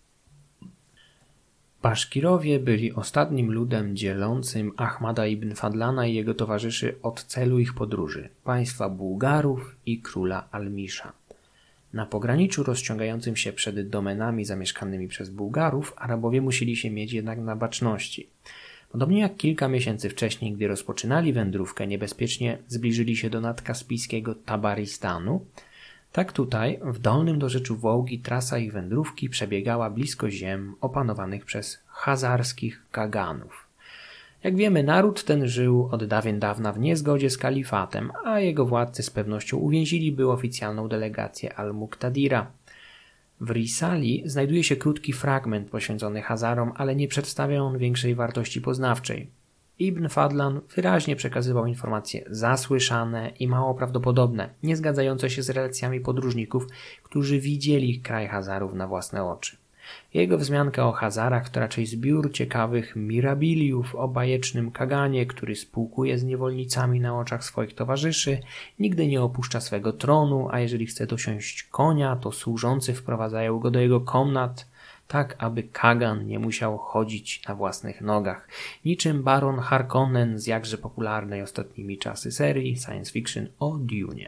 Baszkirowie byli ostatnim ludem dzielącym Ahmada ibn Fadlana i jego towarzyszy od celu ich podróży, państwa Bułgarów i króla Almisza. Na pograniczu rozciągającym się przed domenami zamieszkanymi przez Bułgarów Arabowie musieli się mieć jednak na baczności. Podobnie jak kilka miesięcy wcześniej, gdy rozpoczynali wędrówkę, niebezpiecznie zbliżyli się do nadkaspijskiego Tabaristanu, tak tutaj, w dolnym dorzeczu Wołgi, trasa ich wędrówki przebiegała blisko ziem opanowanych przez chazarskich kaganów. Jak wiemy, naród ten żył od dawien dawna w niezgodzie z kalifatem, a jego władcy z pewnością uwięziliby oficjalną delegację Al-Muqtadira. W Risali znajduje się krótki fragment poświęcony Hazarom, ale nie przedstawia on większej wartości poznawczej. Ibn Fadlan wyraźnie przekazywał informacje zasłyszane i mało prawdopodobne, nie zgadzające się z relacjami podróżników, którzy widzieli kraj Hazarów na własne oczy. Jego wzmianka o Hazarach to raczej zbiór ciekawych mirabiliów o bajecznym kaganie, który spółkuje z niewolnicami na oczach swoich towarzyszy, nigdy nie opuszcza swego tronu, a jeżeli chce dosiąść konia, to służący wprowadzają go do jego komnat, tak aby kagan nie musiał chodzić na własnych nogach. Niczym baron Harkonnen z jakże popularnej ostatnimi czasy serii science fiction o Dune.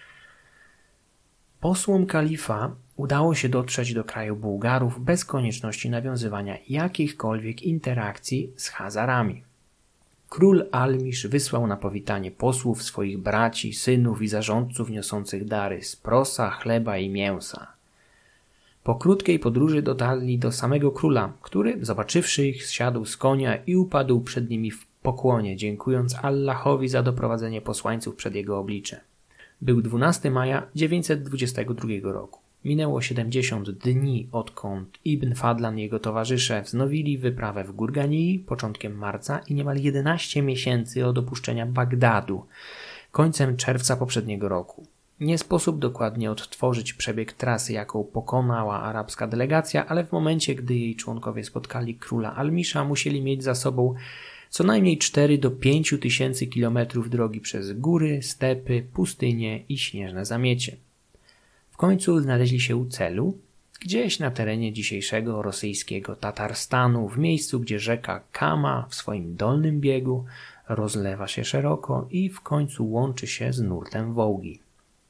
Posłom kalifa udało się dotrzeć do kraju Bułgarów bez konieczności nawiązywania jakichkolwiek interakcji z Hazarami. Król Almisz wysłał na powitanie posłów swoich braci, synów i zarządców niosących dary z prosa, chleba i mięsa. Po krótkiej podróży dotarli do samego króla, który, zobaczywszy ich, zsiadł z konia i upadł przed nimi w pokłonie, dziękując Allahowi za doprowadzenie posłańców przed jego oblicze. Był dwunastego maja dziewięćset dwudziestego drugiego roku. Minęło siedemdziesiąt dni, odkąd Ibn Fadlan i jego towarzysze wznowili wyprawę w Gurganii początkiem marca i niemal jedenaście miesięcy od opuszczenia Bagdadu, końcem czerwca poprzedniego roku. Nie sposób dokładnie odtworzyć przebieg trasy, jaką pokonała arabska delegacja, ale w momencie, gdy jej członkowie spotkali króla Almisza, musieli mieć za sobą co najmniej cztery do pięciu tysięcy kilometrów drogi przez góry, stepy, pustynie i śnieżne zamiecie. W końcu znaleźli się u celu, gdzieś na terenie dzisiejszego rosyjskiego Tatarstanu, w miejscu, gdzie rzeka Kama w swoim dolnym biegu rozlewa się szeroko i w końcu łączy się z nurtem Wołgi.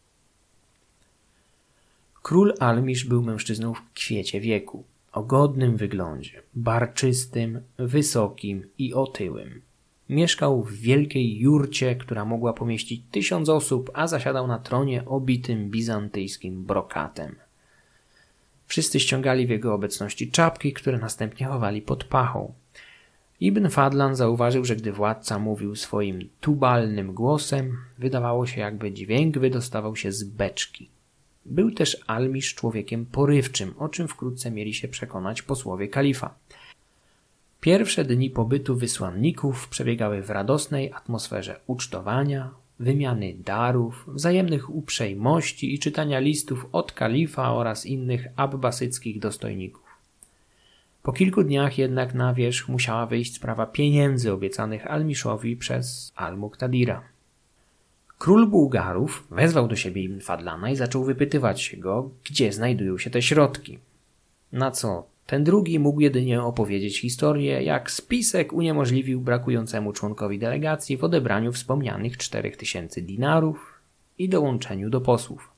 Król Almisz był mężczyzną w kwiecie wieku, o godnym wyglądzie, barczystym, wysokim i otyłym. Mieszkał w wielkiej jurcie, która mogła pomieścić tysiąc osób, a zasiadał na tronie obitym bizantyjskim brokatem. Wszyscy ściągali w jego obecności czapki, które następnie chowali pod pachą. Ibn Fadlan zauważył, że gdy władca mówił swoim tubalnym głosem, wydawało się, jakby dźwięk wydostawał się z beczki. Był też Almisz człowiekiem porywczym, o czym wkrótce mieli się przekonać posłowie kalifa. Pierwsze dni pobytu wysłanników przebiegały w radosnej atmosferze ucztowania, wymiany darów, wzajemnych uprzejmości i czytania listów od kalifa oraz innych abbasyckich dostojników. Po kilku dniach jednak na wierzch musiała wyjść sprawa pieniędzy obiecanych Almiszowi przez Al-Muqtadira. Król Bułgarów wezwał do siebie Ibn Fadlana i zaczął wypytywać go, gdzie znajdują się te środki. Na co ten drugi mógł jedynie opowiedzieć historię, jak spisek uniemożliwił brakującemu członkowi delegacji w odebraniu wspomnianych czterech tysięcy dinarów i dołączeniu do posłów.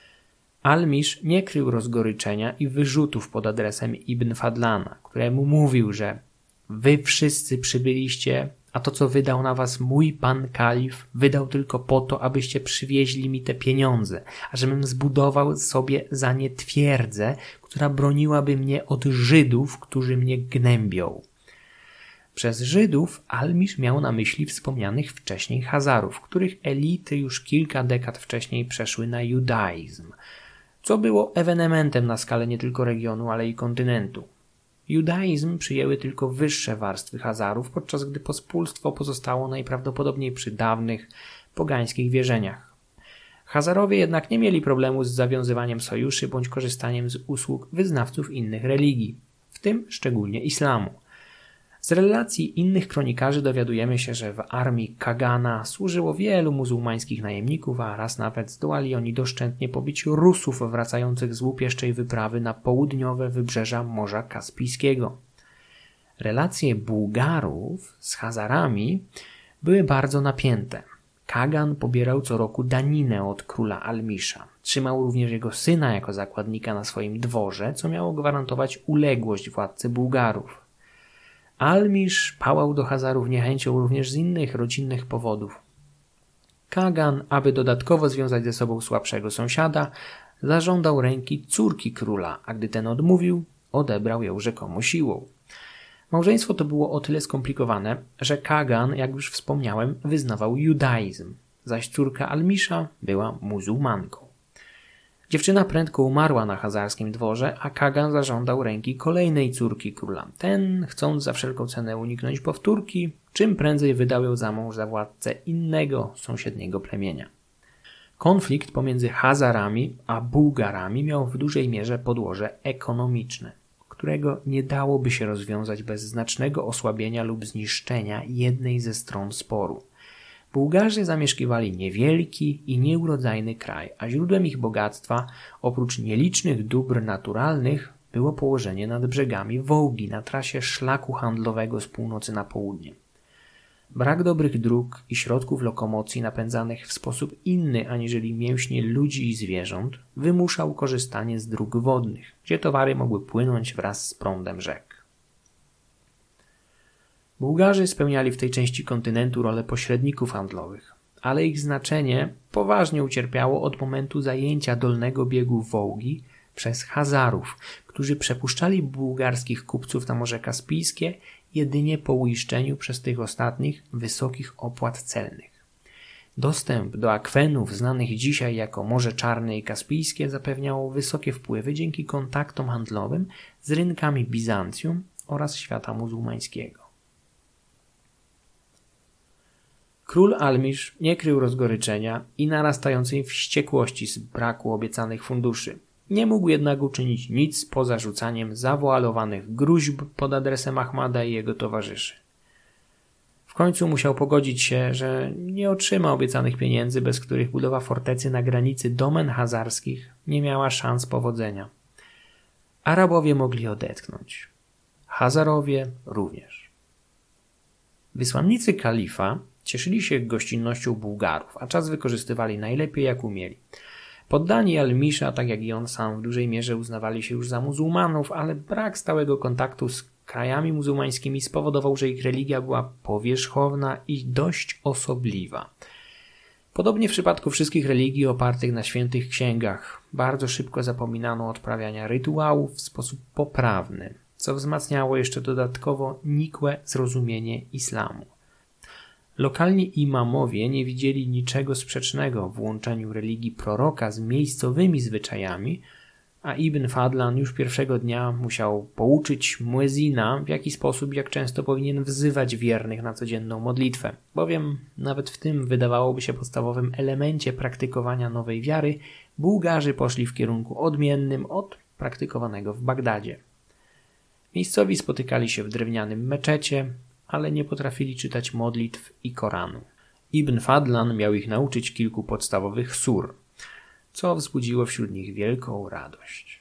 Almisz nie krył rozgoryczenia i wyrzutów pod adresem Ibn Fadlana, któremu mówił, że wy wszyscy przybyliście, a to, co wydał na was mój pan kalif, wydał tylko po to, abyście przywieźli mi te pieniądze, a żebym zbudował sobie za nie twierdzę, która broniłaby mnie od Żydów, którzy mnie gnębią. Przez Żydów Almisz miał na myśli wspomnianych wcześniej Chazarów, których elity już kilka dekad wcześniej przeszły na judaizm, co było ewenementem na skalę nie tylko regionu, ale i kontynentu. Judaizm przyjęły tylko wyższe warstwy Chazarów, podczas gdy pospólstwo pozostało najprawdopodobniej przy dawnych, pogańskich wierzeniach. Chazarowie jednak nie mieli problemu z zawiązywaniem sojuszy bądź korzystaniem z usług wyznawców innych religii, w tym szczególnie islamu. Z relacji innych kronikarzy dowiadujemy się, że w armii Kagana służyło wielu muzułmańskich najemników, a raz nawet zdołali oni doszczętnie pobić Rusów wracających z łupieszczej wyprawy na południowe wybrzeża Morza Kaspijskiego. Relacje Bułgarów z Chazarami były bardzo napięte. Kagan pobierał co roku daninę od króla Almisza. Trzymał również jego syna jako zakładnika na swoim dworze, co miało gwarantować uległość władcy Bułgarów. Almisz pałał do Chazarów niechęcią również z innych rodzinnych powodów. Kagan, aby dodatkowo związać ze sobą słabszego sąsiada, zażądał ręki córki króla, a gdy ten odmówił, odebrał ją rzekomo siłą. Małżeństwo to było o tyle skomplikowane, że Kagan, jak już wspomniałem, wyznawał judaizm, zaś córka Almisza była muzułmanką. Dziewczyna prędko umarła na chazarskim dworze, a Kagan zażądał ręki kolejnej córki króla. Ten, chcąc za wszelką cenę uniknąć powtórki, czym prędzej wydał ją za mąż za władcę innego sąsiedniego plemienia. Konflikt pomiędzy Chazarami a Bułgarami miał w dużej mierze podłoże ekonomiczne, którego nie dałoby się rozwiązać bez znacznego osłabienia lub zniszczenia jednej ze stron sporu. Bułgarzy zamieszkiwali niewielki i nieurodzajny kraj, a źródłem ich bogactwa, oprócz nielicznych dóbr naturalnych, było położenie nad brzegami Wołgi na trasie szlaku handlowego z północy na południe. Brak dobrych dróg i środków lokomocji napędzanych w sposób inny aniżeli mięśnie ludzi i zwierząt wymuszał korzystanie z dróg wodnych, gdzie towary mogły płynąć wraz z prądem rzek. Bułgarzy spełniali w tej części kontynentu rolę pośredników handlowych, ale ich znaczenie poważnie ucierpiało od momentu zajęcia dolnego biegu Wołgi przez Chazarów, którzy przepuszczali bułgarskich kupców na Morze Kaspijskie jedynie po uiszczeniu przez tych ostatnich wysokich opłat celnych. Dostęp do akwenów znanych dzisiaj jako Morze Czarne i Kaspijskie zapewniało wysokie wpływy dzięki kontaktom handlowym z rynkami Bizancjum oraz świata muzułmańskiego. Król Almisz nie krył rozgoryczenia i narastającej wściekłości z braku obiecanych funduszy. Nie mógł jednak uczynić nic poza rzucaniem zawoalowanych gruźb pod adresem Ahmada i jego towarzyszy. W końcu musiał pogodzić się, że nie otrzyma obiecanych pieniędzy, bez których budowa fortecy na granicy domen chazarskich nie miała szans powodzenia. Arabowie mogli odetchnąć. Hazarowie również. Wysłannicy kalifa cieszyli się gościnnością Bułgarów, a czas wykorzystywali najlepiej jak umieli. Poddani Almisza, tak jak i on sam, w dużej mierze uznawali się już za muzułmanów, ale brak stałego kontaktu z krajami muzułmańskimi spowodował, że ich religia była powierzchowna i dość osobliwa. Podobnie w przypadku wszystkich religii opartych na świętych księgach, bardzo szybko zapominano odprawiania rytuałów w sposób poprawny, co wzmacniało jeszcze dodatkowo nikłe zrozumienie islamu. Lokalni imamowie nie widzieli niczego sprzecznego w łączeniu religii proroka z miejscowymi zwyczajami, a Ibn Fadlan już pierwszego dnia musiał pouczyć muezina, w jaki sposób, jak często powinien wzywać wiernych na codzienną modlitwę, bowiem nawet w tym, wydawałoby się, podstawowym elemencie praktykowania nowej wiary Bułgarzy poszli w kierunku odmiennym od praktykowanego w Bagdadzie. Miejscowi spotykali się w drewnianym meczecie, ale nie potrafili czytać modlitw i Koranu. Ibn Fadlan miał ich nauczyć kilku podstawowych sur, co wzbudziło wśród nich wielką radość.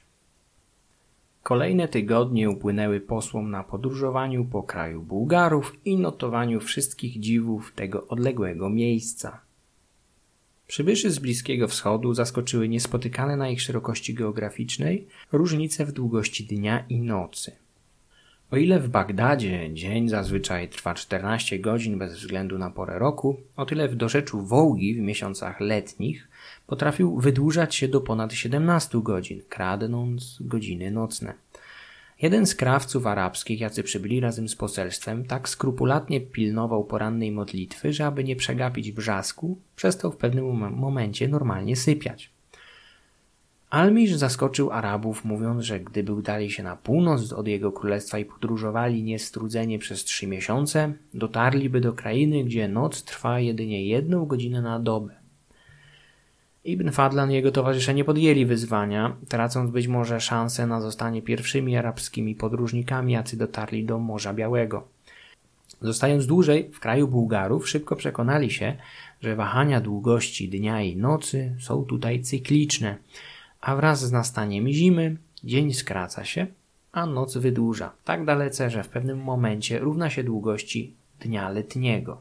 Kolejne tygodnie upłynęły posłom na podróżowaniu po kraju Bułgarów i notowaniu wszystkich dziwów tego odległego miejsca. Przybyszy z Bliskiego Wschodu zaskoczyły niespotykane na ich szerokości geograficznej różnice w długości dnia i nocy. O ile w Bagdadzie dzień zazwyczaj trwa czternaście godzin bez względu na porę roku, o tyle w dorzeczu Wołgi w miesiącach letnich potrafił wydłużać się do ponad siedemnastu godzin, kradnąc godziny nocne. Jeden z krawców arabskich, jacy przybyli razem z poselstwem, tak skrupulatnie pilnował porannej modlitwy, że aby nie przegapić brzasku, przestał w pewnym momencie normalnie sypiać. Almisz zaskoczył Arabów, mówiąc, że gdyby udali się na północ od jego królestwa i podróżowali niestrudzenie przez trzy miesiące, dotarliby do krainy, gdzie noc trwa jedynie jedną godzinę na dobę. Ibn Fadlan i jego towarzysze nie podjęli wyzwania, tracąc być może szansę na zostanie pierwszymi arabskimi podróżnikami, jacy dotarli do Morza Białego. Zostając dłużej w kraju Bułgarów, szybko przekonali się, że wahania długości dnia i nocy są tutaj cykliczne, a wraz z nastaniem zimy dzień skraca się, a noc wydłuża, tak dalece, że w pewnym momencie równa się długości dnia letniego.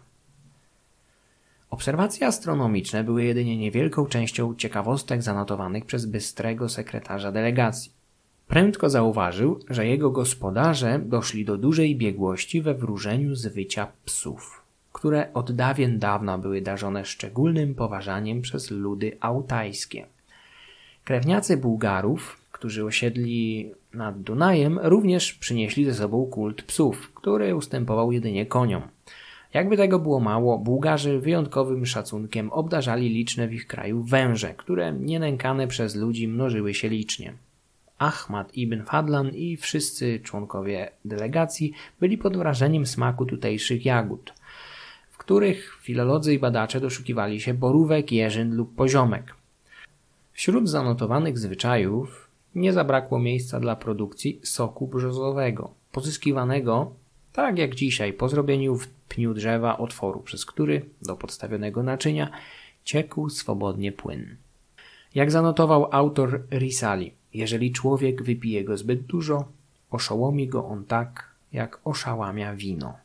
Obserwacje astronomiczne były jedynie niewielką częścią ciekawostek zanotowanych przez bystrego sekretarza delegacji. Prędko zauważył, że jego gospodarze doszli do dużej biegłości we wróżeniu z wycia psów, które od dawien dawna były darzone szczególnym poważaniem przez ludy autajskie. Krewniacy Bułgarów, którzy osiedli nad Dunajem, również przynieśli ze sobą kult psów, który ustępował jedynie koniom. Jakby tego było mało, Bułgarzy wyjątkowym szacunkiem obdarzali liczne w ich kraju węże, które nienękane przez ludzi mnożyły się licznie. Ahmad ibn Fadlan i wszyscy członkowie delegacji byli pod wrażeniem smaku tutejszych jagód, w których filolodzy i badacze doszukiwali się borówek, jeżyn lub poziomek. Wśród zanotowanych zwyczajów nie zabrakło miejsca dla produkcji soku brzozowego, pozyskiwanego, tak jak dzisiaj, po zrobieniu w pniu drzewa otworu, przez który do podstawionego naczynia ciekł swobodnie płyn. Jak zanotował autor Risali, jeżeli człowiek wypije go zbyt dużo, oszołomi go on tak, jak oszałamia wino.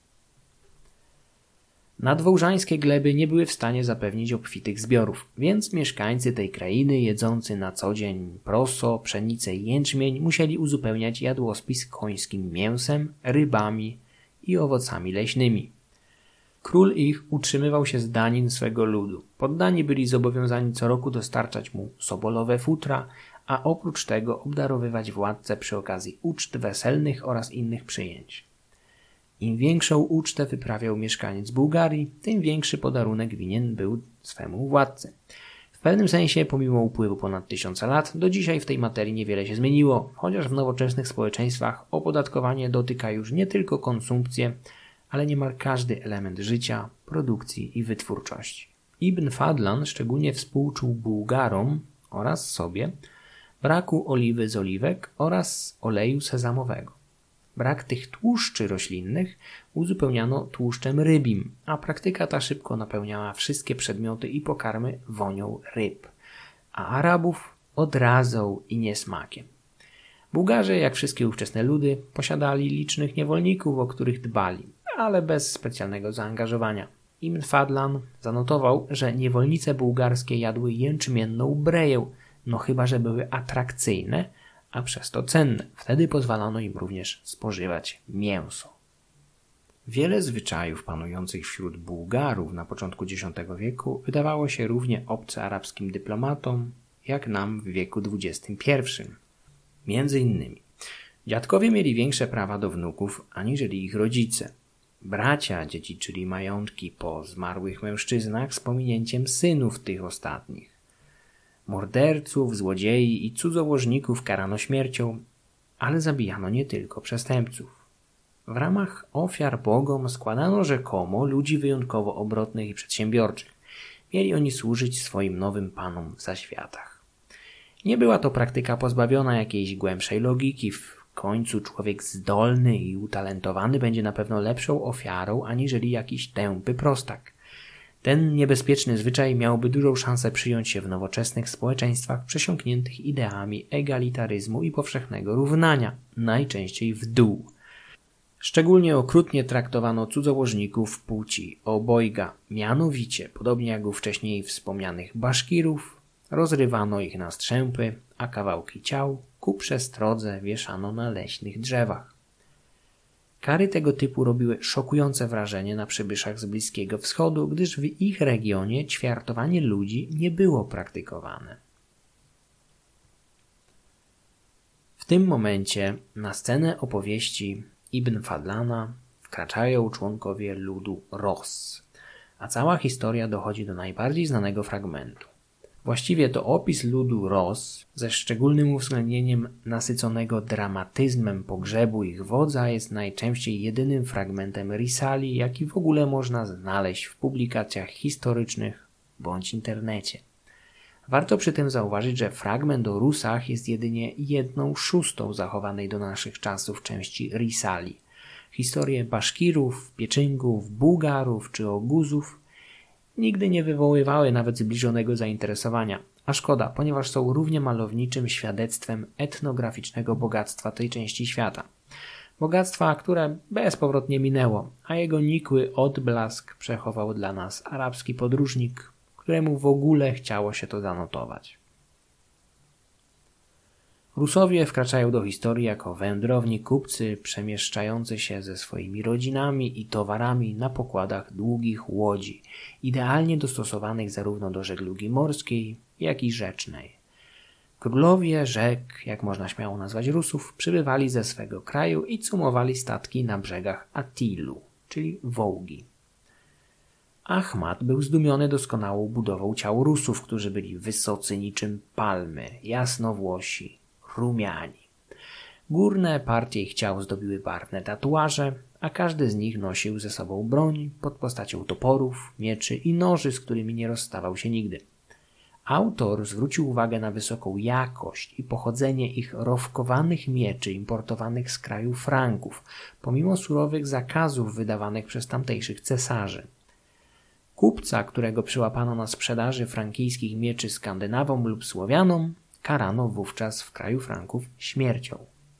Nadwołżańskie gleby nie były w stanie zapewnić obfitych zbiorów, więc mieszkańcy tej krainy, jedzący na co dzień proso, pszenicę i jęczmień, musieli uzupełniać jadłospis końskim mięsem, rybami i owocami leśnymi. Król ich utrzymywał się z danin swego ludu. Poddani byli zobowiązani co roku dostarczać mu sobolowe futra, a oprócz tego obdarowywać władcę przy okazji uczt weselnych oraz innych przyjęć. Im większą ucztę wyprawiał mieszkaniec Bułgarii, tym większy podarunek winien był swemu władcy. W pewnym sensie, pomimo upływu ponad tysiąca lat, do dzisiaj w tej materii niewiele się zmieniło, chociaż w nowoczesnych społeczeństwach opodatkowanie dotyka już nie tylko konsumpcję, ale niemal każdy element życia, produkcji i wytwórczości. Ibn Fadlan szczególnie współczuł Bułgarom oraz sobie braku oliwy z oliwek oraz oleju sezamowego. Brak tych tłuszczy roślinnych uzupełniano tłuszczem rybim, a praktyka ta szybko napełniała wszystkie przedmioty i pokarmy wonią ryb, a Arabów odrazą i niesmakiem. Bułgarzy, jak wszystkie ówczesne ludy, posiadali licznych niewolników, o których dbali, ale bez specjalnego zaangażowania. Ibn Fadlan zanotował, że niewolnice bułgarskie jadły jęczmienną breję, no chyba że były atrakcyjne, a przez to cenne. Wtedy pozwalano im również spożywać mięso. Wiele zwyczajów panujących wśród Bułgarów na początku dziesiątego wieku wydawało się równie obce arabskim dyplomatom, jak nam w wieku dwudziestym pierwszym. Między innymi dziadkowie mieli większe prawa do wnuków aniżeli ich rodzice. Bracia dziedziczyli majątki po zmarłych mężczyznach z pominięciem synów tych ostatnich. Morderców, złodziei i cudzołożników karano śmiercią, ale zabijano nie tylko przestępców. W ramach ofiar bogom składano rzekomo ludzi wyjątkowo obrotnych i przedsiębiorczych. Mieli oni służyć swoim nowym panom w zaświatach. Nie była to praktyka pozbawiona jakiejś głębszej logiki. W końcu człowiek zdolny i utalentowany będzie na pewno lepszą ofiarą aniżeli jakiś tępy prostak. Ten niebezpieczny zwyczaj miałby dużą szansę przyjąć się w nowoczesnych społeczeństwach przesiąkniętych ideami egalitaryzmu i powszechnego równania, najczęściej w dół. Szczególnie okrutnie traktowano cudzołożników płci obojga, mianowicie, podobnie jak u wcześniej wspomnianych baszkirów, rozrywano ich na strzępy, a kawałki ciał ku przestrodze wieszano na leśnych drzewach. Kary tego typu robiły szokujące wrażenie na przybyszach z Bliskiego Wschodu, gdyż w ich regionie ćwiartowanie ludzi nie było praktykowane. W tym momencie na scenę opowieści Ibn Fadlana wkraczają członkowie ludu Ros, a cała historia dochodzi do najbardziej znanego fragmentu. Właściwie to opis ludu Ros, ze szczególnym uwzględnieniem nasyconego dramatyzmem pogrzebu ich wodza, jest najczęściej jedynym fragmentem Risali, jaki w ogóle można znaleźć w publikacjach historycznych bądź internecie. Warto przy tym zauważyć, że fragment o Rusach jest jedynie jedną szóstą zachowanej do naszych czasów części Risali. Historie Baszkirów, Pieczyngów, Bułgarów czy Oguzów nigdy nie wywoływały nawet zbliżonego zainteresowania, a szkoda, ponieważ są równie malowniczym świadectwem etnograficznego bogactwa tej części świata. Bogactwa, które bezpowrotnie minęło, a jego nikły odblask przechował dla nas arabski podróżnik, któremu w ogóle chciało się to zanotować. Rusowie wkraczają do historii jako wędrowni kupcy przemieszczający się ze swoimi rodzinami i towarami na pokładach długich łodzi, idealnie dostosowanych zarówno do żeglugi morskiej, jak i rzecznej. Królowie rzek, jak można śmiało nazwać Rusów, przybywali ze swego kraju i cumowali statki na brzegach Atilu, czyli Wołgi. Ahmad był zdumiony doskonałą budową ciał Rusów, którzy byli wysocy niczym palmy, jasnowłosi, rumiani. Górne partie ich ciał zdobiły barwne tatuaże, a każdy z nich nosił ze sobą broń pod postacią toporów, mieczy i noży, z którymi nie rozstawał się nigdy. Autor zwrócił uwagę na wysoką jakość i pochodzenie ich rowkowanych mieczy importowanych z kraju Franków, pomimo surowych zakazów wydawanych przez tamtejszych cesarzy. Kupca, którego przyłapano na sprzedaży frankijskich mieczy Skandynawom lub Słowianom, karano wówczas w kraju Franków śmiercią.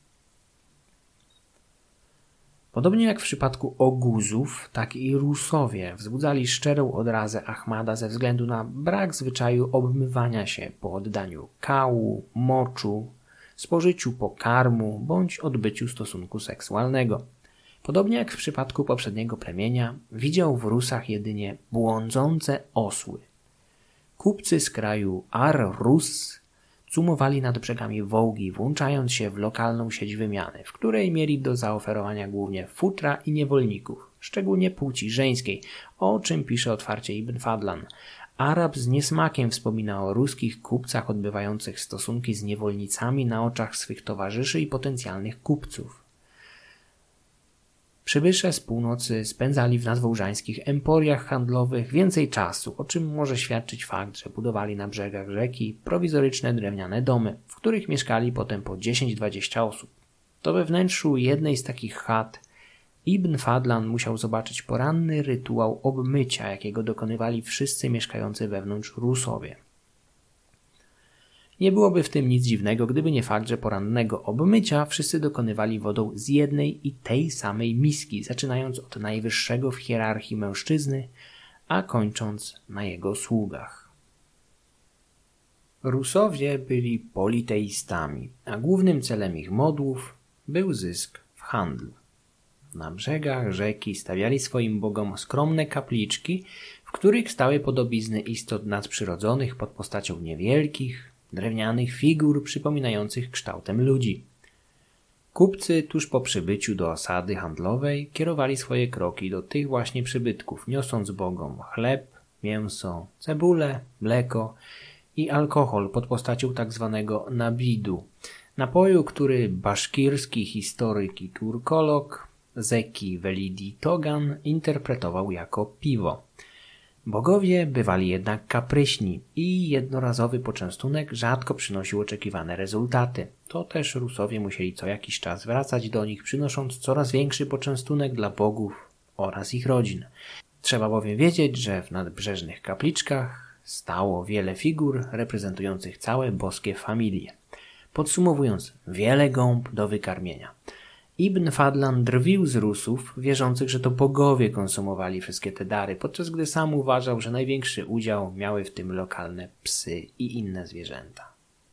Podobnie jak w przypadku Oguzów, tak i Rusowie wzbudzali szczerą odrazę Ahmada ze względu na brak zwyczaju obmywania się po oddaniu kału, moczu, spożyciu pokarmu bądź odbyciu stosunku seksualnego. Podobnie jak w przypadku poprzedniego plemienia, widział w Rusach jedynie błądzące osły. Kupcy z kraju Ar-Rus cumowali nad brzegami Wołgi, włączając się w lokalną sieć wymiany, w której mieli do zaoferowania głównie futra i niewolników, szczególnie płci żeńskiej, o czym pisze otwarcie Ibn Fadlan. Arab z niesmakiem wspomina o ruskich kupcach odbywających stosunki z niewolnicami na oczach swych towarzyszy i potencjalnych kupców. Przybysze z północy spędzali w nadwołżańskich emporiach handlowych więcej czasu, o czym może świadczyć fakt, że budowali na brzegach rzeki prowizoryczne drewniane domy, w których mieszkali potem po dziesięć dwadzieścia osób. To we wnętrzu jednej z takich chat Ibn Fadlan musiał zobaczyć poranny rytuał obmycia, jakiego dokonywali wszyscy mieszkający wewnątrz Rusowie. Nie byłoby w tym nic dziwnego, gdyby nie fakt, że porannego obmycia wszyscy dokonywali wodą z jednej i tej samej miski, zaczynając od najwyższego w hierarchii mężczyzny, a kończąc na jego sługach. Rusowie byli politeistami, a głównym celem ich modłów był zysk w handlu. Na brzegach rzeki stawiali swoim bogom skromne kapliczki, w których stały podobizny istot nadprzyrodzonych pod postacią niewielkich, drewnianych figur przypominających kształtem ludzi. Kupcy tuż po przybyciu do osady handlowej kierowali swoje kroki do tych właśnie przybytków, niosąc bogom chleb, mięso, cebulę, mleko i alkohol pod postacią tak zwanego nabidu, napoju, który baszkirski historyk i turkolog Zeki Velidi Togan interpretował jako piwo. Bogowie bywali jednak kapryśni i jednorazowy poczęstunek rzadko przynosił oczekiwane rezultaty. To też Rusowie musieli co jakiś czas wracać do nich, przynosząc coraz większy poczęstunek dla bogów oraz ich rodzin. Trzeba bowiem wiedzieć, że w nadbrzeżnych kapliczkach stało wiele figur reprezentujących całe boskie familie. Podsumowując, wiele gąb do wykarmienia. Ibn Fadlan drwił z Rusów, wierzących, że to bogowie konsumowali wszystkie te dary, podczas gdy sam uważał, że największy udział miały w tym lokalne psy i inne zwierzęta.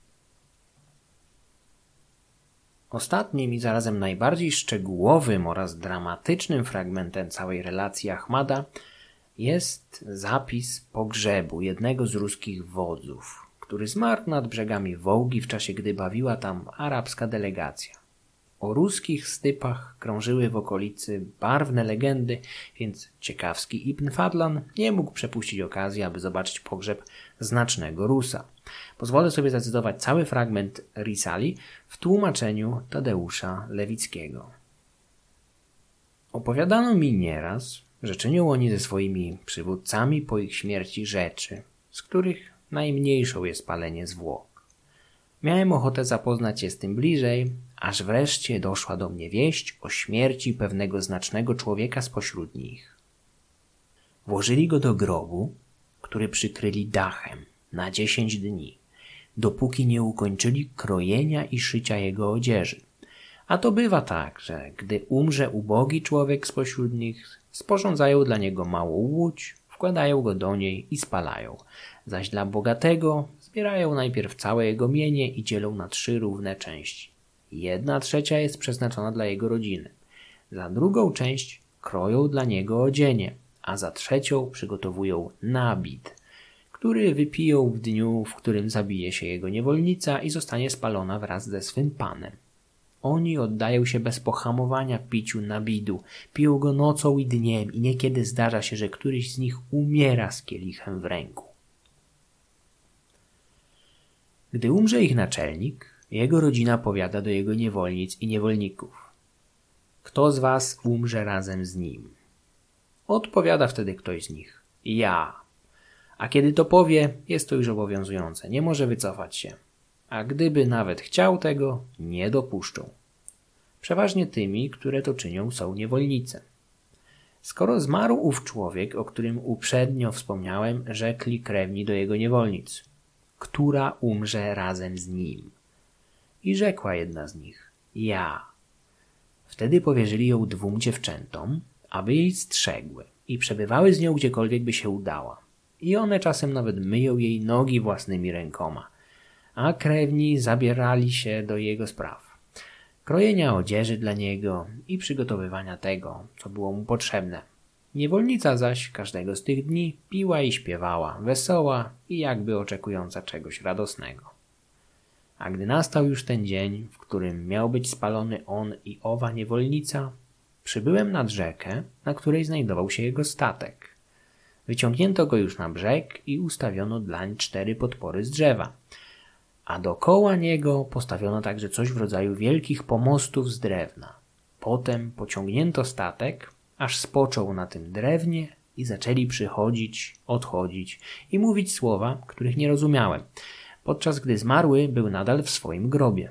Ostatnim i zarazem najbardziej szczegółowym oraz dramatycznym fragmentem całej relacji Ahmada jest zapis pogrzebu jednego z ruskich wodzów, który zmarł nad brzegami Wołgi w czasie, gdy bawiła tam arabska delegacja. O ruskich stypach krążyły w okolicy barwne legendy, więc ciekawski Ibn Fadlan nie mógł przepuścić okazji, aby zobaczyć pogrzeb znacznego Rusa. Pozwolę sobie zacytować cały fragment Risali w tłumaczeniu Tadeusza Lewickiego. Opowiadano mi nieraz, że czynią oni ze swoimi przywódcami po ich śmierci rzeczy, z których najmniejszą jest palenie zwłok. Miałem ochotę zapoznać się z tym bliżej, aż wreszcie doszła do mnie wieść o śmierci pewnego znacznego człowieka spośród nich. Włożyli go do grobu, który przykryli dachem na dziesięć dni, dopóki nie ukończyli krojenia i szycia jego odzieży. A to bywa tak, że gdy umrze ubogi człowiek spośród nich, sporządzają dla niego małą łódź, wkładają go do niej i spalają, zaś dla bogatego zbierają najpierw całe jego mienie i dzielą na trzy równe części. Jedna trzecia jest przeznaczona dla jego rodziny. Za drugą część kroją dla niego odzienie, a za trzecią przygotowują nabid, który wypiją w dniu, w którym zabije się jego niewolnica i zostanie spalona wraz ze swym panem. Oni oddają się bez pohamowania piciu nabidu, piją go nocą i dniem i niekiedy zdarza się, że któryś z nich umiera z kielichem w ręku. Gdy umrze ich naczelnik, jego rodzina powiada do jego niewolnic i niewolników: kto z was umrze razem z nim? Odpowiada wtedy ktoś z nich: ja. A kiedy to powie, jest to już obowiązujące, nie może wycofać się. A gdyby nawet chciał tego, nie dopuszczą. Przeważnie tymi, które to czynią, są niewolnice. Skoro zmarł ów człowiek, o którym uprzednio wspomniałem, rzekli krewni do jego niewolnic: która umrze razem z nim? I rzekła jedna z nich: ja. Wtedy powierzyli ją dwóm dziewczętom, aby jej strzegły i przebywały z nią gdziekolwiek by się udała. I one czasem nawet myją jej nogi własnymi rękoma, a krewni zabierali się do jego spraw, krojenia odzieży dla niego i przygotowywania tego, co było mu potrzebne. Niewolnica zaś każdego z tych dni piła i śpiewała, wesoła i jakby oczekująca czegoś radosnego. A gdy nastał już ten dzień, w którym miał być spalony on i owa niewolnica, przybyłem nad rzekę, na której znajdował się jego statek. Wyciągnięto go już na brzeg i ustawiono dlań cztery podpory z drzewa, a dokoła niego postawiono także coś w rodzaju wielkich pomostów z drewna. Potem pociągnięto statek, aż spoczął na tym drewnie i zaczęli przychodzić, odchodzić i mówić słowa, których nie rozumiałem, podczas gdy zmarły był nadal w swoim grobie.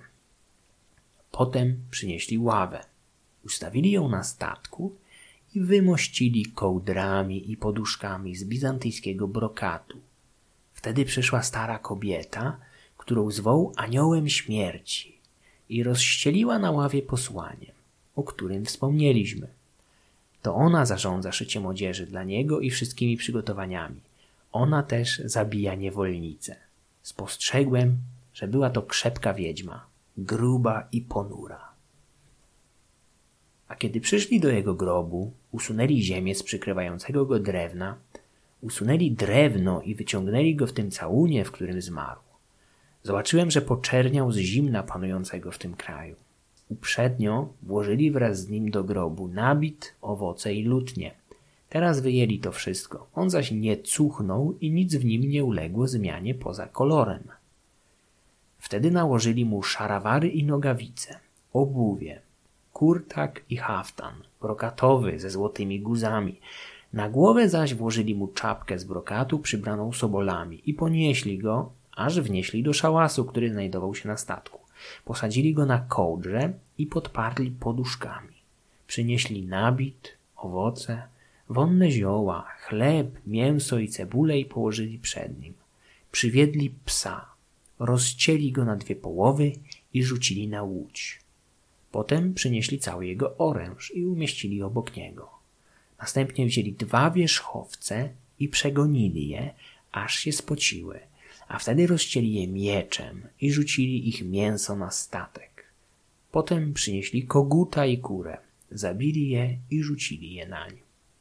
Potem przynieśli ławę, ustawili ją na statku i wymościli kołdrami i poduszkami z bizantyjskiego brokatu. Wtedy przyszła stara kobieta, którą zwoł aniołem śmierci i rozścieliła na ławie posłanie, o którym wspomnieliśmy. To ona zarządza szyciem odzieży dla niego i wszystkimi przygotowaniami. Ona też zabija niewolnicę. Spostrzegłem, że była to krzepka wiedźma, gruba i ponura. A kiedy przyszli do jego grobu, usunęli ziemię z przykrywającego go drewna, usunęli drewno i wyciągnęli go w tym całunie, w którym zmarł. Zobaczyłem, że poczerniał z zimna panującego w tym kraju. Uprzednio włożyli wraz z nim do grobu nabit, owoce i lutnie. Teraz wyjęli to wszystko. On zaś nie cuchnął i nic w nim nie uległo zmianie poza kolorem. Wtedy nałożyli mu szarawary i nogawice, obuwie, kurtak i haftan, brokatowy ze złotymi guzami. Na głowę zaś włożyli mu czapkę z brokatu przybraną sobolami i ponieśli go, aż wnieśli do szałasu, który znajdował się na statku. Posadzili go na kołdrze i podparli poduszkami. Przynieśli nabit, owoce, wonne zioła, chleb, mięso i cebulę i położyli przed nim. Przywiedli psa, rozcięli go na dwie połowy i rzucili na łódź. Potem przynieśli cały jego oręż i umieścili obok niego. Następnie wzięli dwa wierzchowce i przegonili je, aż się spociły, a wtedy rozcięli je mieczem i rzucili ich mięso na statek. Potem przynieśli koguta i kurę, zabili je i rzucili je nań.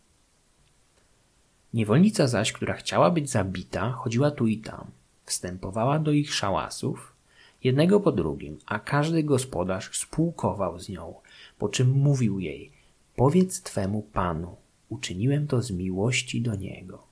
Niewolnica zaś, która chciała być zabita, chodziła tu i tam, wstępowała do ich szałasów, jednego po drugim, a każdy gospodarz spółkował z nią, po czym mówił jej: powiedz twemu panu, uczyniłem to z miłości do niego.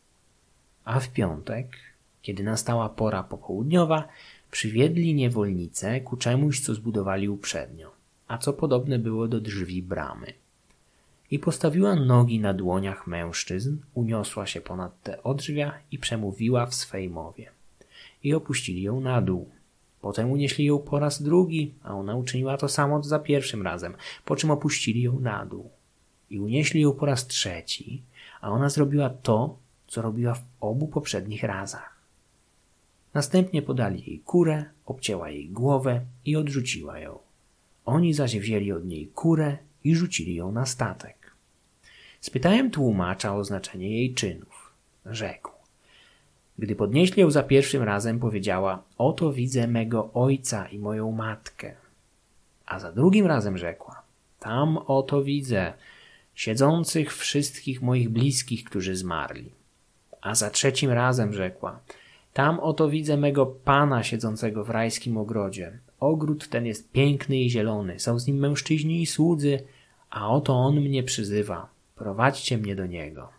A w piątek, kiedy nastała pora popołudniowa, przywiedli niewolnicę ku czemuś, co zbudowali uprzednio, a co podobne było do drzwi bramy. I postawiła nogi na dłoniach mężczyzn, uniosła się ponad te odrzwia i przemówiła w swej mowie. I opuścili ją na dół. Potem unieśli ją po raz drugi, a ona uczyniła to samo za pierwszym razem, po czym opuścili ją na dół. I unieśli ją po raz trzeci, a ona zrobiła to, co robiła w obu poprzednich razach. Następnie podali jej kurę, obcięła jej głowę i odrzuciła ją. Oni zaś wzięli od niej kurę i rzucili ją na statek. Spytałem tłumacza o znaczenie jej czynów. Rzekł: gdy podnieśli ją za pierwszym razem, powiedziała: oto widzę mego ojca i moją matkę. A za drugim razem rzekła: tam oto widzę siedzących wszystkich moich bliskich, którzy zmarli. A za trzecim razem rzekła: tam oto widzę mego Pana siedzącego w rajskim ogrodzie. Ogród ten jest piękny i zielony, są z nim mężczyźni i słudzy, a oto on mnie przyzywa. Prowadźcie mnie do niego.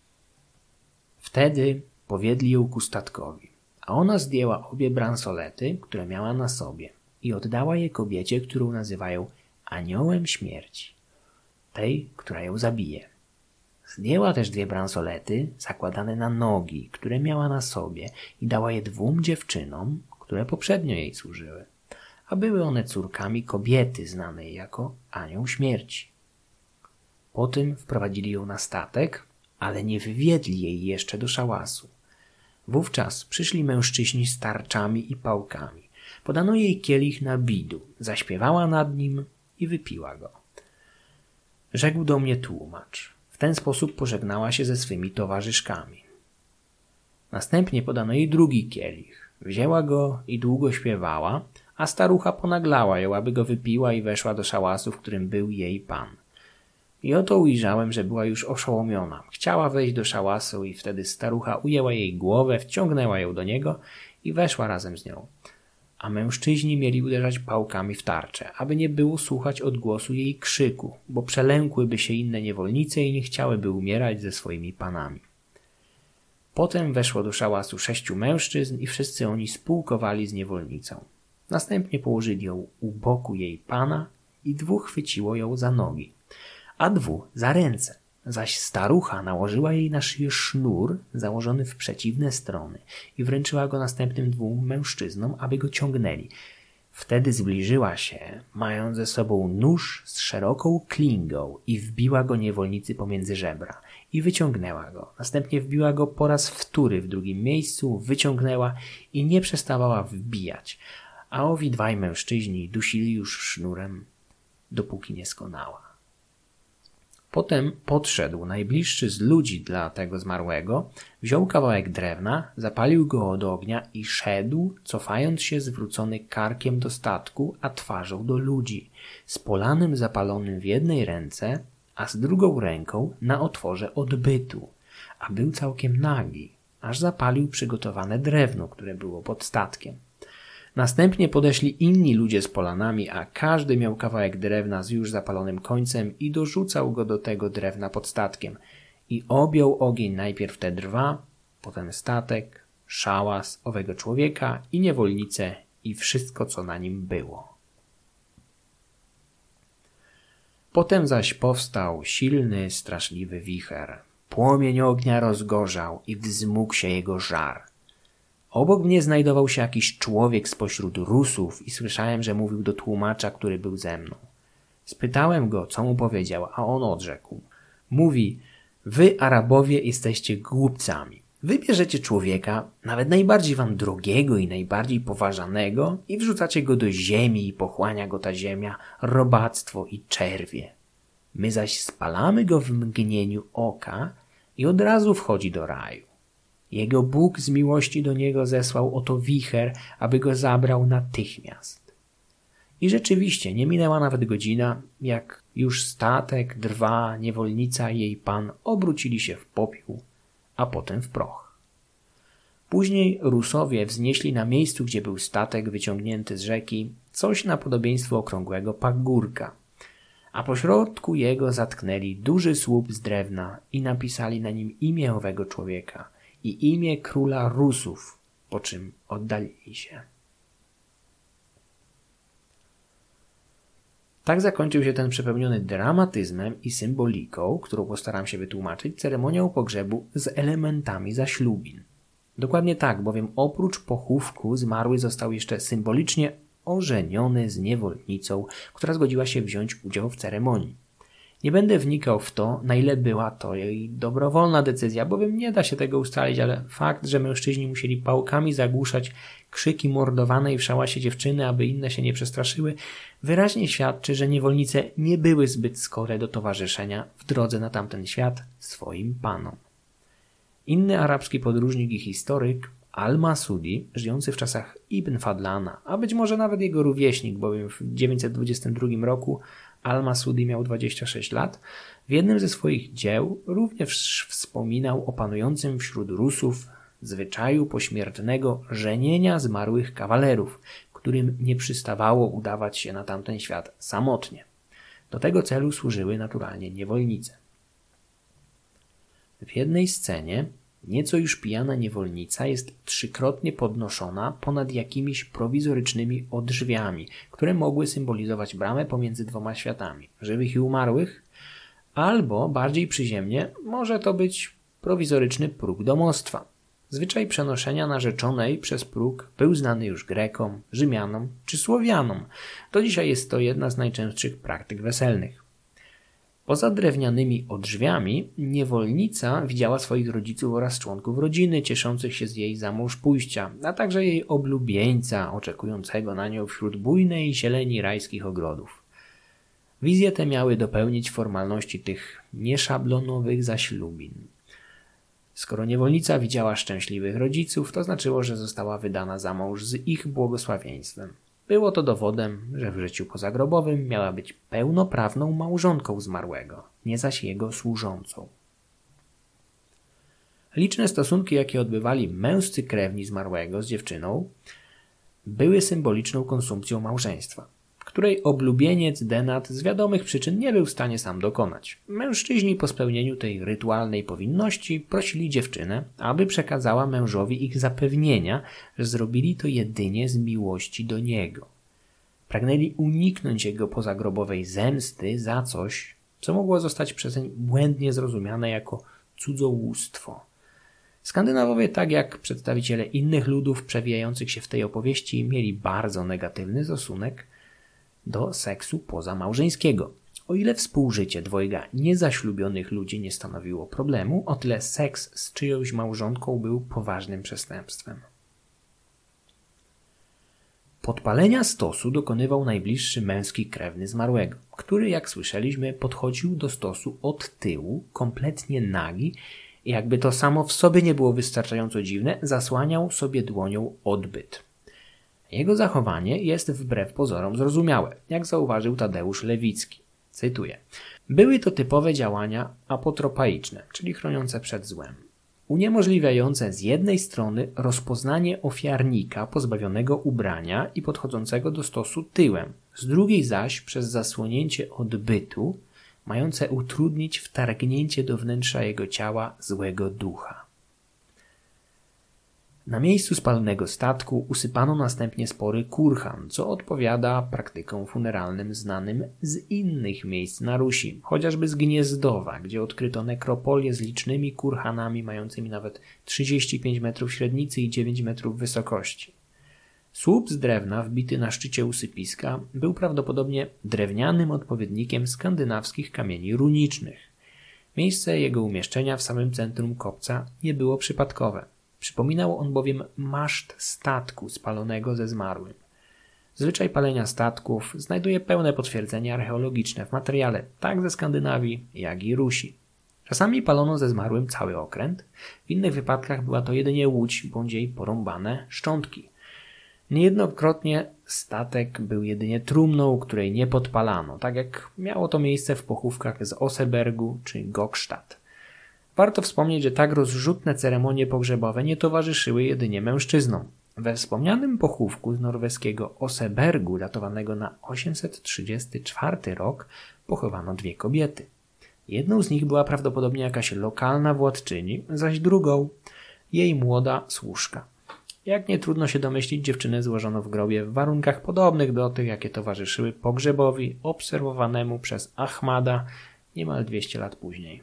Wtedy powiedzieli ją ku statkowi, a ona zdjęła obie bransolety, które miała na sobie, i oddała je kobiecie, którą nazywają aniołem śmierci, tej, która ją zabije. Zdjęła też dwie bransolety zakładane na nogi, które miała na sobie, i dała je dwóm dziewczynom, które poprzednio jej służyły, a były one córkami kobiety znanej jako anioł śmierci. Potem wprowadzili ją na statek, ale nie wywiedli jej jeszcze do szałasu. Wówczas przyszli mężczyźni z tarczami i pałkami. Podano jej kielich nabidu, zaśpiewała nad nim i wypiła go. Rzekł do mnie tłumacz: w ten sposób pożegnała się ze swymi towarzyszkami. Następnie podano jej drugi kielich. Wzięła go i długo śpiewała, a starucha ponaglała ją, aby go wypiła, i weszła do szałasu, w którym był jej pan. I oto ujrzałem, że była już oszołomiona. Chciała wejść do szałasu i wtedy starucha ujęła jej głowę, wciągnęła ją do niego i weszła razem z nią. A mężczyźni mieli uderzać pałkami w tarczę, aby nie było słuchać odgłosu jej krzyku, bo przelękłyby się inne niewolnice i nie chciałyby umierać ze swoimi panami. Potem weszło do szałasu sześciu mężczyzn i wszyscy oni spółkowali z niewolnicą. Następnie położyli ją u boku jej pana i dwóch chwyciło ją za nogi, a dwóch za ręce, zaś starucha nałożyła jej na szyję sznur założony w przeciwne strony i wręczyła go następnym dwóm mężczyznom, aby go ciągnęli. Wtedy zbliżyła się, mając ze sobą nóż z szeroką klingą, i wbiła go niewolnicy pomiędzy żebra i wyciągnęła go. Następnie wbiła go po raz wtóry w drugim miejscu, wyciągnęła i nie przestawała wbijać, a owi dwaj mężczyźni dusili już sznurem, dopóki nie skonała. Potem podszedł najbliższy z ludzi dla tego zmarłego, wziął kawałek drewna, zapalił go od ognia i szedł, cofając się zwrócony karkiem do statku, a twarzą do ludzi, z polanem zapalonym w jednej ręce, a z drugą ręką na otworze odbytu, a był całkiem nagi, aż zapalił przygotowane drewno, które było pod statkiem. Następnie podeszli inni ludzie z polanami, a każdy miał kawałek drewna z już zapalonym końcem i dorzucał go do tego drewna pod statkiem. I objął ogień najpierw te drwa, potem statek, szałas owego człowieka i niewolnicę i wszystko, co na nim było. Potem zaś powstał silny, straszliwy wicher. Płomień ognia rozgorzał i wzmógł się jego żar. Obok mnie znajdował się jakiś człowiek spośród Rusów i słyszałem, że mówił do tłumacza, który był ze mną. Spytałem go, co mu powiedział, a on odrzekł. Mówi, wy Arabowie jesteście głupcami. Wybierzecie człowieka, nawet najbardziej wam drogiego i najbardziej poważanego i wrzucacie go do ziemi i pochłania go ta ziemia, robactwo i czerwie. My zaś spalamy go w mgnieniu oka i od razu wchodzi do raju. Jego Bóg z miłości do niego zesłał oto wicher, aby go zabrał natychmiast. I rzeczywiście nie minęła nawet godzina, jak już statek, drwa, niewolnica i jej pan obrócili się w popiół, a potem w proch. Później Rusowie wznieśli na miejscu, gdzie był statek wyciągnięty z rzeki, coś na podobieństwo okrągłego pagórka, a pośrodku jego zatknęli duży słup z drewna i napisali na nim imię owego człowieka i imię króla Rusów, po czym oddalili się. Tak zakończył się ten przepełniony dramatyzmem i symboliką, którą postaram się wytłumaczyć, ceremoniał pogrzebu z elementami zaślubin. Dokładnie tak, bowiem oprócz pochówku zmarły został jeszcze symbolicznie ożeniony z niewolnicą, która zgodziła się wziąć udział w ceremonii. Nie będę wnikał w to, na ile była to jej dobrowolna decyzja, bowiem nie da się tego ustalić, ale fakt, że mężczyźni musieli pałkami zagłuszać krzyki mordowanej w szałasie dziewczyny, aby inne się nie przestraszyły, wyraźnie świadczy, że niewolnice nie były zbyt skore do towarzyszenia w drodze na tamten świat swoim panom. Inny arabski podróżnik i historyk, Al-Masudi, żyjący w czasach Ibn Fadlana, a być może nawet jego rówieśnik, bowiem w dziewięćset dwudziestym drugim roku Al-Masudi miał dwadzieścia sześć lat, w jednym ze swoich dzieł również wspominał o panującym wśród Rusów zwyczaju pośmiertnego żenienia zmarłych kawalerów, którym nie przystawało udawać się na tamten świat samotnie. Do tego celu służyły naturalnie niewolnice. W jednej scenie nieco już pijana niewolnica jest trzykrotnie podnoszona ponad jakimiś prowizorycznymi odrzwiami, które mogły symbolizować bramę pomiędzy dwoma światami, żywych i umarłych, albo bardziej przyziemnie może to być prowizoryczny próg domostwa. Zwyczaj przenoszenia narzeczonej przez próg był znany już Grekom, Rzymianom czy Słowianom. Do dzisiaj jest to jedna z najczęstszych praktyk weselnych. Poza drewnianymi odrzwiami niewolnica widziała swoich rodziców oraz członków rodziny cieszących się z jej zamąż pójścia, a także jej oblubieńca oczekującego na nią wśród bujnej zieleni rajskich ogrodów. Wizje te miały dopełnić formalności tych nieszablonowych zaślubin. Skoro niewolnica widziała szczęśliwych rodziców, to znaczyło, że została wydana za mąż z ich błogosławieństwem. Było to dowodem, że w życiu pozagrobowym miała być pełnoprawną małżonką zmarłego, nie zaś jego służącą. Liczne stosunki, jakie odbywali męscy krewni zmarłego z dziewczyną, były symboliczną konsumpcją małżeństwa, której oblubieniec Denat z wiadomych przyczyn nie był w stanie sam dokonać. Mężczyźni po spełnieniu tej rytualnej powinności prosili dziewczynę, aby przekazała mężowi ich zapewnienia, że zrobili to jedynie z miłości do niego. Pragnęli uniknąć jego pozagrobowej zemsty za coś, co mogło zostać przezeń błędnie zrozumiane jako cudzołóstwo. Skandynawowie, tak jak przedstawiciele innych ludów przewijających się w tej opowieści, mieli bardzo negatywny stosunek do seksu pozamałżeńskiego. O ile współżycie dwojga niezaślubionych ludzi nie stanowiło problemu, o tyle seks z czyjąś małżonką był poważnym przestępstwem. Podpalenia stosu dokonywał najbliższy męski krewny zmarłego, który, jak słyszeliśmy, podchodził do stosu od tyłu, kompletnie nagi i jakby to samo w sobie nie było wystarczająco dziwne, zasłaniał sobie dłonią odbyt. Jego zachowanie jest wbrew pozorom zrozumiałe, jak zauważył Tadeusz Lewicki. Cytuję. Były to typowe działania apotropaiczne, czyli chroniące przed złem, uniemożliwiające z jednej strony rozpoznanie ofiarnika pozbawionego ubrania i podchodzącego do stosu tyłem, z drugiej zaś przez zasłonięcie odbytu, mające utrudnić wtargnięcie do wnętrza jego ciała złego ducha. Na miejscu spalonego statku usypano następnie spory kurhan, co odpowiada praktykom funeralnym znanym z innych miejsc na Rusi, chociażby z Gniezdowa, gdzie odkryto nekropolię z licznymi kurhanami mającymi nawet trzydzieści pięć metrów średnicy i dziewięć metrów wysokości. Słup z drewna wbity na szczycie usypiska był prawdopodobnie drewnianym odpowiednikiem skandynawskich kamieni runicznych. Miejsce jego umieszczenia w samym centrum kopca nie było przypadkowe. Przypominał on bowiem maszt statku spalonego ze zmarłym. Zwyczaj palenia statków znajduje pełne potwierdzenie archeologiczne w materiale tak ze Skandynawii, jak i Rusi. Czasami palono ze zmarłym cały okręt, w innych wypadkach była to jedynie łódź bądź jej porąbane szczątki. Niejednokrotnie statek był jedynie trumną, której nie podpalano, tak jak miało to miejsce w pochówkach z Osebergu czy Gokstad. Warto wspomnieć, że tak rozrzutne ceremonie pogrzebowe nie towarzyszyły jedynie mężczyznom. We wspomnianym pochówku z norweskiego Osebergu, datowanego na osiemset trzydziesty czwarty rok, pochowano dwie kobiety. Jedną z nich była prawdopodobnie jakaś lokalna władczyni, zaś drugą jej młoda służka. Jak nie trudno się domyślić, dziewczynę złożono w grobie w warunkach podobnych do tych, jakie towarzyszyły pogrzebowi obserwowanemu przez Ahmada niemal dwieście lat później.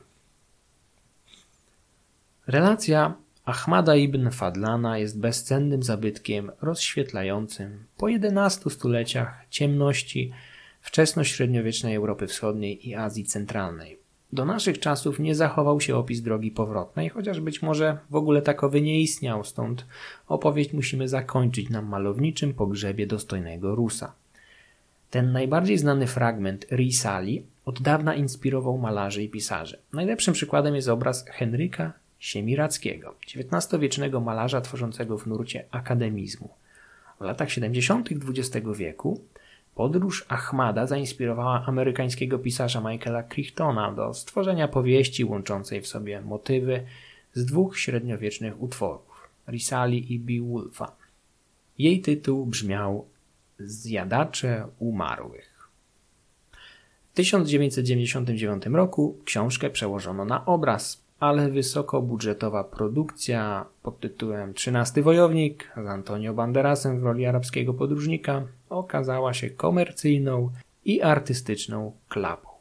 Relacja Ahmada ibn Fadlana jest bezcennym zabytkiem rozświetlającym po jedenastu stuleciach ciemności wczesnośredniowiecznej Europy Wschodniej i Azji Centralnej. Do naszych czasów nie zachował się opis drogi powrotnej, chociaż być może w ogóle takowy nie istniał, stąd opowieść musimy zakończyć na malowniczym pogrzebie dostojnego Rusa. Ten najbardziej znany fragment Risali od dawna inspirował malarzy i pisarzy. Najlepszym przykładem jest obraz Henryka Siemiradzkiego, dziewiętnastowiecznego malarza tworzącego w nurcie akademizmu. W latach siedemdziesiątych dwudziestego wieku podróż Ahmada zainspirowała amerykańskiego pisarza Michaela Crichtona do stworzenia powieści łączącej w sobie motywy z dwóch średniowiecznych utworów, Risali i Beowulfa. Jej tytuł brzmiał Zjadacze umarłych. W tysiąc dziewięćset dziewięćdziesiątym dziewiątym roku książkę przełożono na obraz, ale wysokobudżetowa produkcja pod tytułem Trzynasty Wojownik z Antonio Banderasem w roli arabskiego podróżnika okazała się komercyjną i artystyczną klapą.